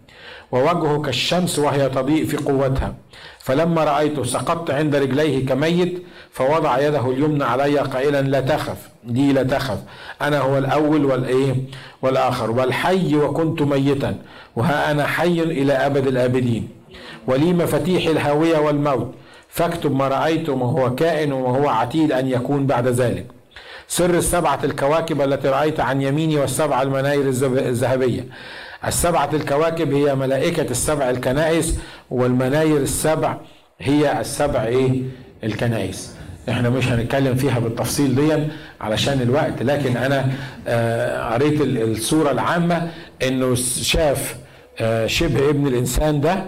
ووجهه كالشمس وهي تضيء في قوتها. فلما رأيته سقطت عند رجليه كميت، فوضع يده اليمنى علي قائلا لا تخف، دي لا تخف، أنا هو الأول والآخر والحي، وكنت ميتا وها أنا حي إلى أبد الآبدين، ولي مفاتيح الهاوية والموت، فاكتب ما رأيت وما هو كائن وما هو عتيد أن يكون بعد ذلك. سر السبعة الكواكب التي رأيت عن يميني والسبع المناير الذهبية. السبعة الكواكب هي ملائكة السبع الكنائس، والمناير السبع هي السبع الكنائس. احنا مش هنتكلم فيها بالتفصيل دي علشان الوقت، لكن انا قريت الصورة العامة انه شاف شبه ابن الانسان ده،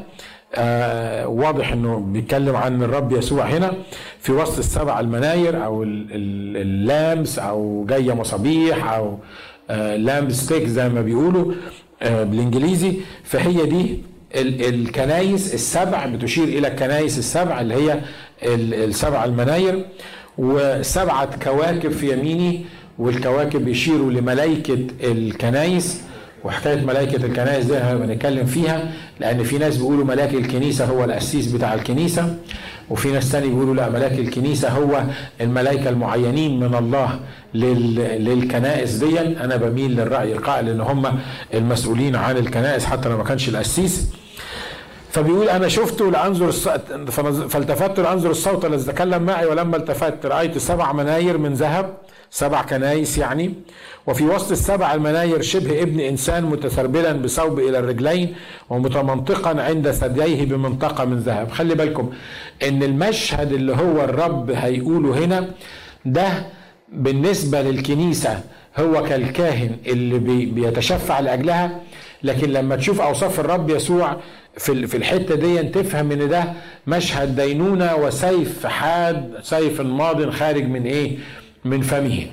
واضح انه بيتكلم عن الرب يسوع هنا في وسط السبع المناير او اللامس او جاية مصابيح او لامب ستيك زي ما بيقولوا بالانجليزي. فهي دي الكنايس السبع، بتشير الى الكنايس السبع اللي هي السبع المناير، وسبعة كواكب في يميني، والكواكب يشيروا لملائكة الكنايس. وحكاية ملائكة الكنائس دي هنتكلم فيها، لأن في ناس بيقولوا ملاك الكنيسة هو الأسيس بتاع الكنيسة، وفي ناس تاني بيقولوا لا، ملاك الكنيسة هو الملائكة المعينين من الله للكنائس دي. أنا بميل للرأي القائل إن هم المسؤولين عن الكنائس حتى لو ما كانش الأسيس. فبيقول أنا شفته لأنظر فالتفت لأنظر الصوت الذي تكلم معي، ولما التفت رأيت 7 مناير من ذهب، 7 كنايس يعني، وفي وسط السبع المناير شبه ابن إنسان متسربلا بثوب إلى الرجلين ومتمنطقا عند ثدييه بمنطقة من ذهب. خلي بالكم إن المشهد اللي هو الرب هيقوله هنا ده بالنسبة للكنيسة هو كالكاهن اللي بيتشفع لأجلها، لكن لما تشوف أوصاف الرب يسوع في الحتة دي تفهم ان ده مشهد دينونة وسيف حاد، سيف ماض خارج من من فمه.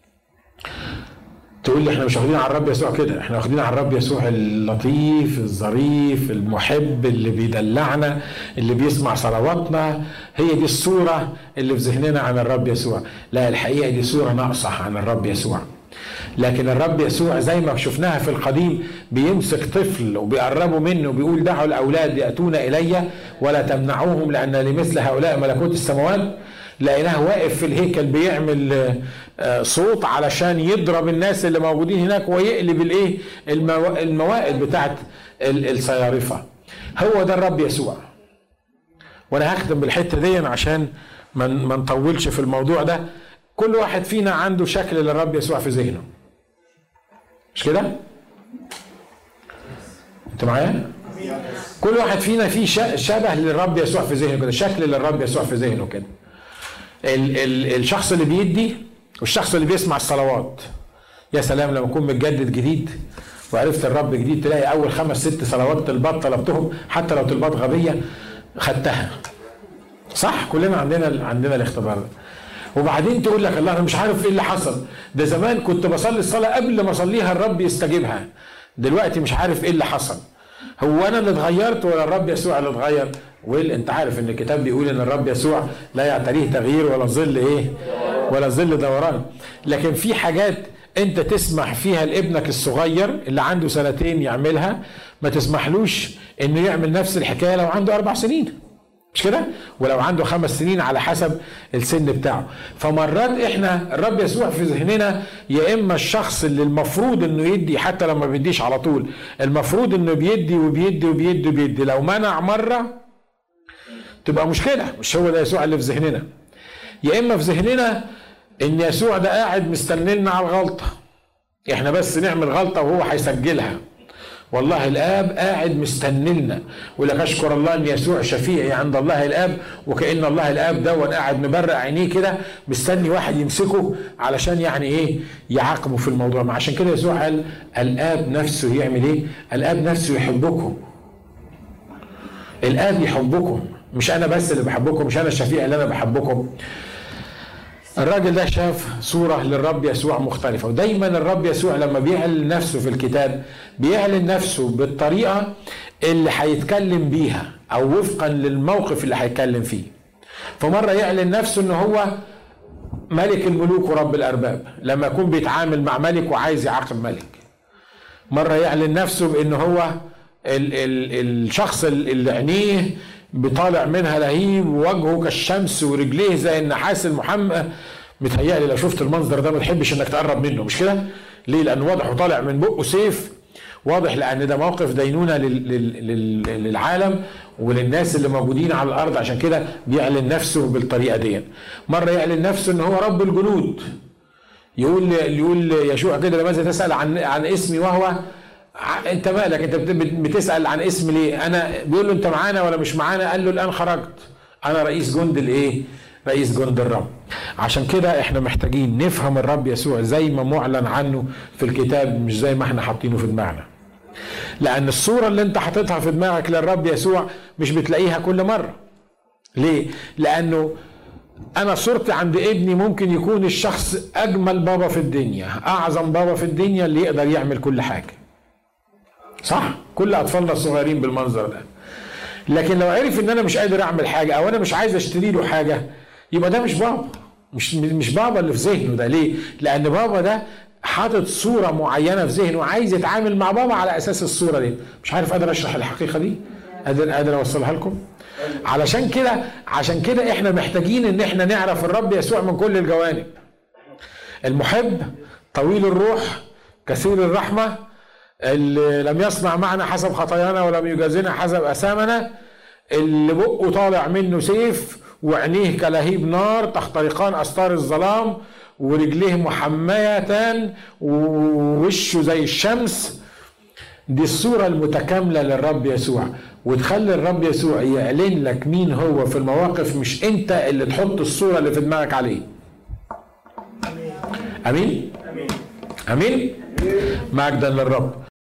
تقول لي احنا مش واخدين على الرب يسوع كده، احنا واخدين على الرب يسوع اللطيف الظريف المحب اللي بيدلعنا اللي بيسمع صلواتنا. هي دي الصورة اللي في ذهننا عن الرب يسوع. لا، الحقيقة دي صورة ناقصة عن الرب يسوع. لكن الرب يسوع زي ما شفناها في القديم بيمسك طفل وبيقربوا منه وبيقول دعوا الأولاد يأتون إلي ولا تمنعوهم لأن لمثل هؤلاء ملكوت السماوات. لقيناه واقف في الهيكل بيعمل صوت علشان يضرب الناس اللي موجودين هناك ويقلب الموائد بتاعت الصيارفة. هو ده الرب يسوع. وانا هختم بالحتة دي عشان ما نطولش في الموضوع ده. كل واحد فينا عنده شكل للرب يسوع في ذهنه، مش كده؟ انت معايا؟ كل واحد فينا فيه شبه للرب يسوع في ذهنه كده، شكل للرب يسوع في ذهنه كده. الشخص اللي بيدي والشخص اللي بيسمع الصلوات. يا سلام لما اكون متجدد جديد وعرفت الرب جديد، تلاقي اول 5-6 صلوات طلبات طلبتهم حتى لو طلبات غبية خدتها. صح؟ كلنا عندنا الاختبار ده. وبعدين تقول لك الله انا مش عارف ايه اللي حصل، ده زمان كنت بصلي الصلاة قبل ما اصليها الرب يستجيبها، دلوقتي مش عارف ايه اللي حصل. هو انا اللي اتغيرت ولا الرب يسوع اللي اتغير؟ انت عارف ان الكتاب بيقول ان الرب يسوع لا يعتريه تغيير ولا ظل ولا ظل دوران. لكن في حاجات انت تسمح فيها لابنك الصغير اللي عنده 2 سنين يعملها، ما تسمحلوش انه يعمل نفس الحكاية لو عنده 4 سنين، مش كده؟ ولو عنده 5 سنين على حسب السن بتاعه. فمرات احنا الرب يسوع في ذهننا يا اما الشخص اللي المفروض انه يدي حتى لو ما بيديش على طول، المفروض انه بيدي وبيدي وبيدي وبيدي، لو منع مرة تبقى مشكلة، مش هو ده يسوع اللي في ذهننا. يا اما في ذهننا ان يسوع ده قاعد مستنينا على الغلطة، احنا بس نعمل غلطة وهو هيسجلها. والله الآب قاعد مستنلنا، ولك أشكر الله أن يسوع شفيعي عند الله الآب، وكأن الله الآب ده قاعد مبرق عينيه كده مستني واحد يمسكه علشان يعاقبه في الموضوع. ما عشان كده يسوع قال الآب نفسه يعمل ايه؟ الآب نفسه يحبكم. الآب يحبكم، مش أنا بس اللي بحبكم، مش أنا الشفيع اللي أنا بحبكم. الراجل ده شاف صورة للرب يسوع مختلفة. ودايما الرب يسوع لما بيعلن نفسه في الكتاب بيعلن نفسه بالطريقة اللي هيتكلم بيها أو وفقا للموقف اللي هيتكلم فيه. فمرة يعلن نفسه إنه هو ملك الملوك ورب الأرباب لما يكون بيتعامل مع ملك وعايز يعاقب ملك. مرة يعلن نفسه بإنه هو الشخص اللي عينيه بطالع منها لهيب ووجهه كالشمس ورجليه زي النحاس المحمى، متهيألي لو شفت المنظر ده ما تحبش انك تقرب منه، مش كده؟ ليه؟ لأنه واضح وطالع من بقه سيف، واضح لأن ده موقف دينونة للعالم وللناس اللي موجودين على الأرض. عشان كده بيعلن نفسه بالطريقة دي. مرة يعلن نفسه إن هو رب الجنود، يقول يشوع كده: لماذا تسأل عن اسمي؟ وهو انت مالك؟ انت بتسأل عن اسمي ليه؟ انا بيقول له: انت معانا ولا مش معانا؟ قال له: الان خرجت، انا رئيس جند الايه؟ رئيس جند الرب. عشان كده احنا محتاجين نفهم الرب يسوع زي ما معلن عنه في الكتاب، مش زي ما احنا حاطينه في دماغنا. لان الصورة اللي انت حاططها في دماغك للرب يسوع مش بتلاقيها كل مرة. ليه؟ لانه انا صورتي عند ابني ممكن يكون الشخص اجمل بابا في الدنيا، اعظم بابا في الدنيا اللي يقدر يعمل كل حاجة، صح؟ كل اطفالنا الصغيرين بالمنظر ده. لكن لو عرف ان انا مش قادر اعمل حاجة او انا مش عايز اشتري له حاجة، يبقى ده مش بابا، مش بابا اللي في ذهنه ده. ليه؟ لان بابا ده حاطط صورة معينة في ذهنه وعايز يتعامل مع بابا على اساس الصورة دي. مش عارف قادر اشرح الحقيقة دي؟ قادر اوصلها لكم؟ عشان كده احنا محتاجين ان احنا نعرف الرب يسوع من كل الجوانب. المحب، طويل الروح، كثير الرحمة، اللي لم يصنع معنا حسب خطايانا ولم يجازنا حسب أثامنا، اللي بقه طالع منه سيف وعينيه كلهيب نار تخترقان أستار الظلام ورجليه محميتان ووشه زي الشمس. دي الصورة المتكاملة للرب يسوع، وتخلي الرب يسوع يعلن لك مين هو في المواقف، مش انت اللي تحط الصورة اللي في دماغك عليه. امين؟ امين؟ امين؟ مجدا للرب.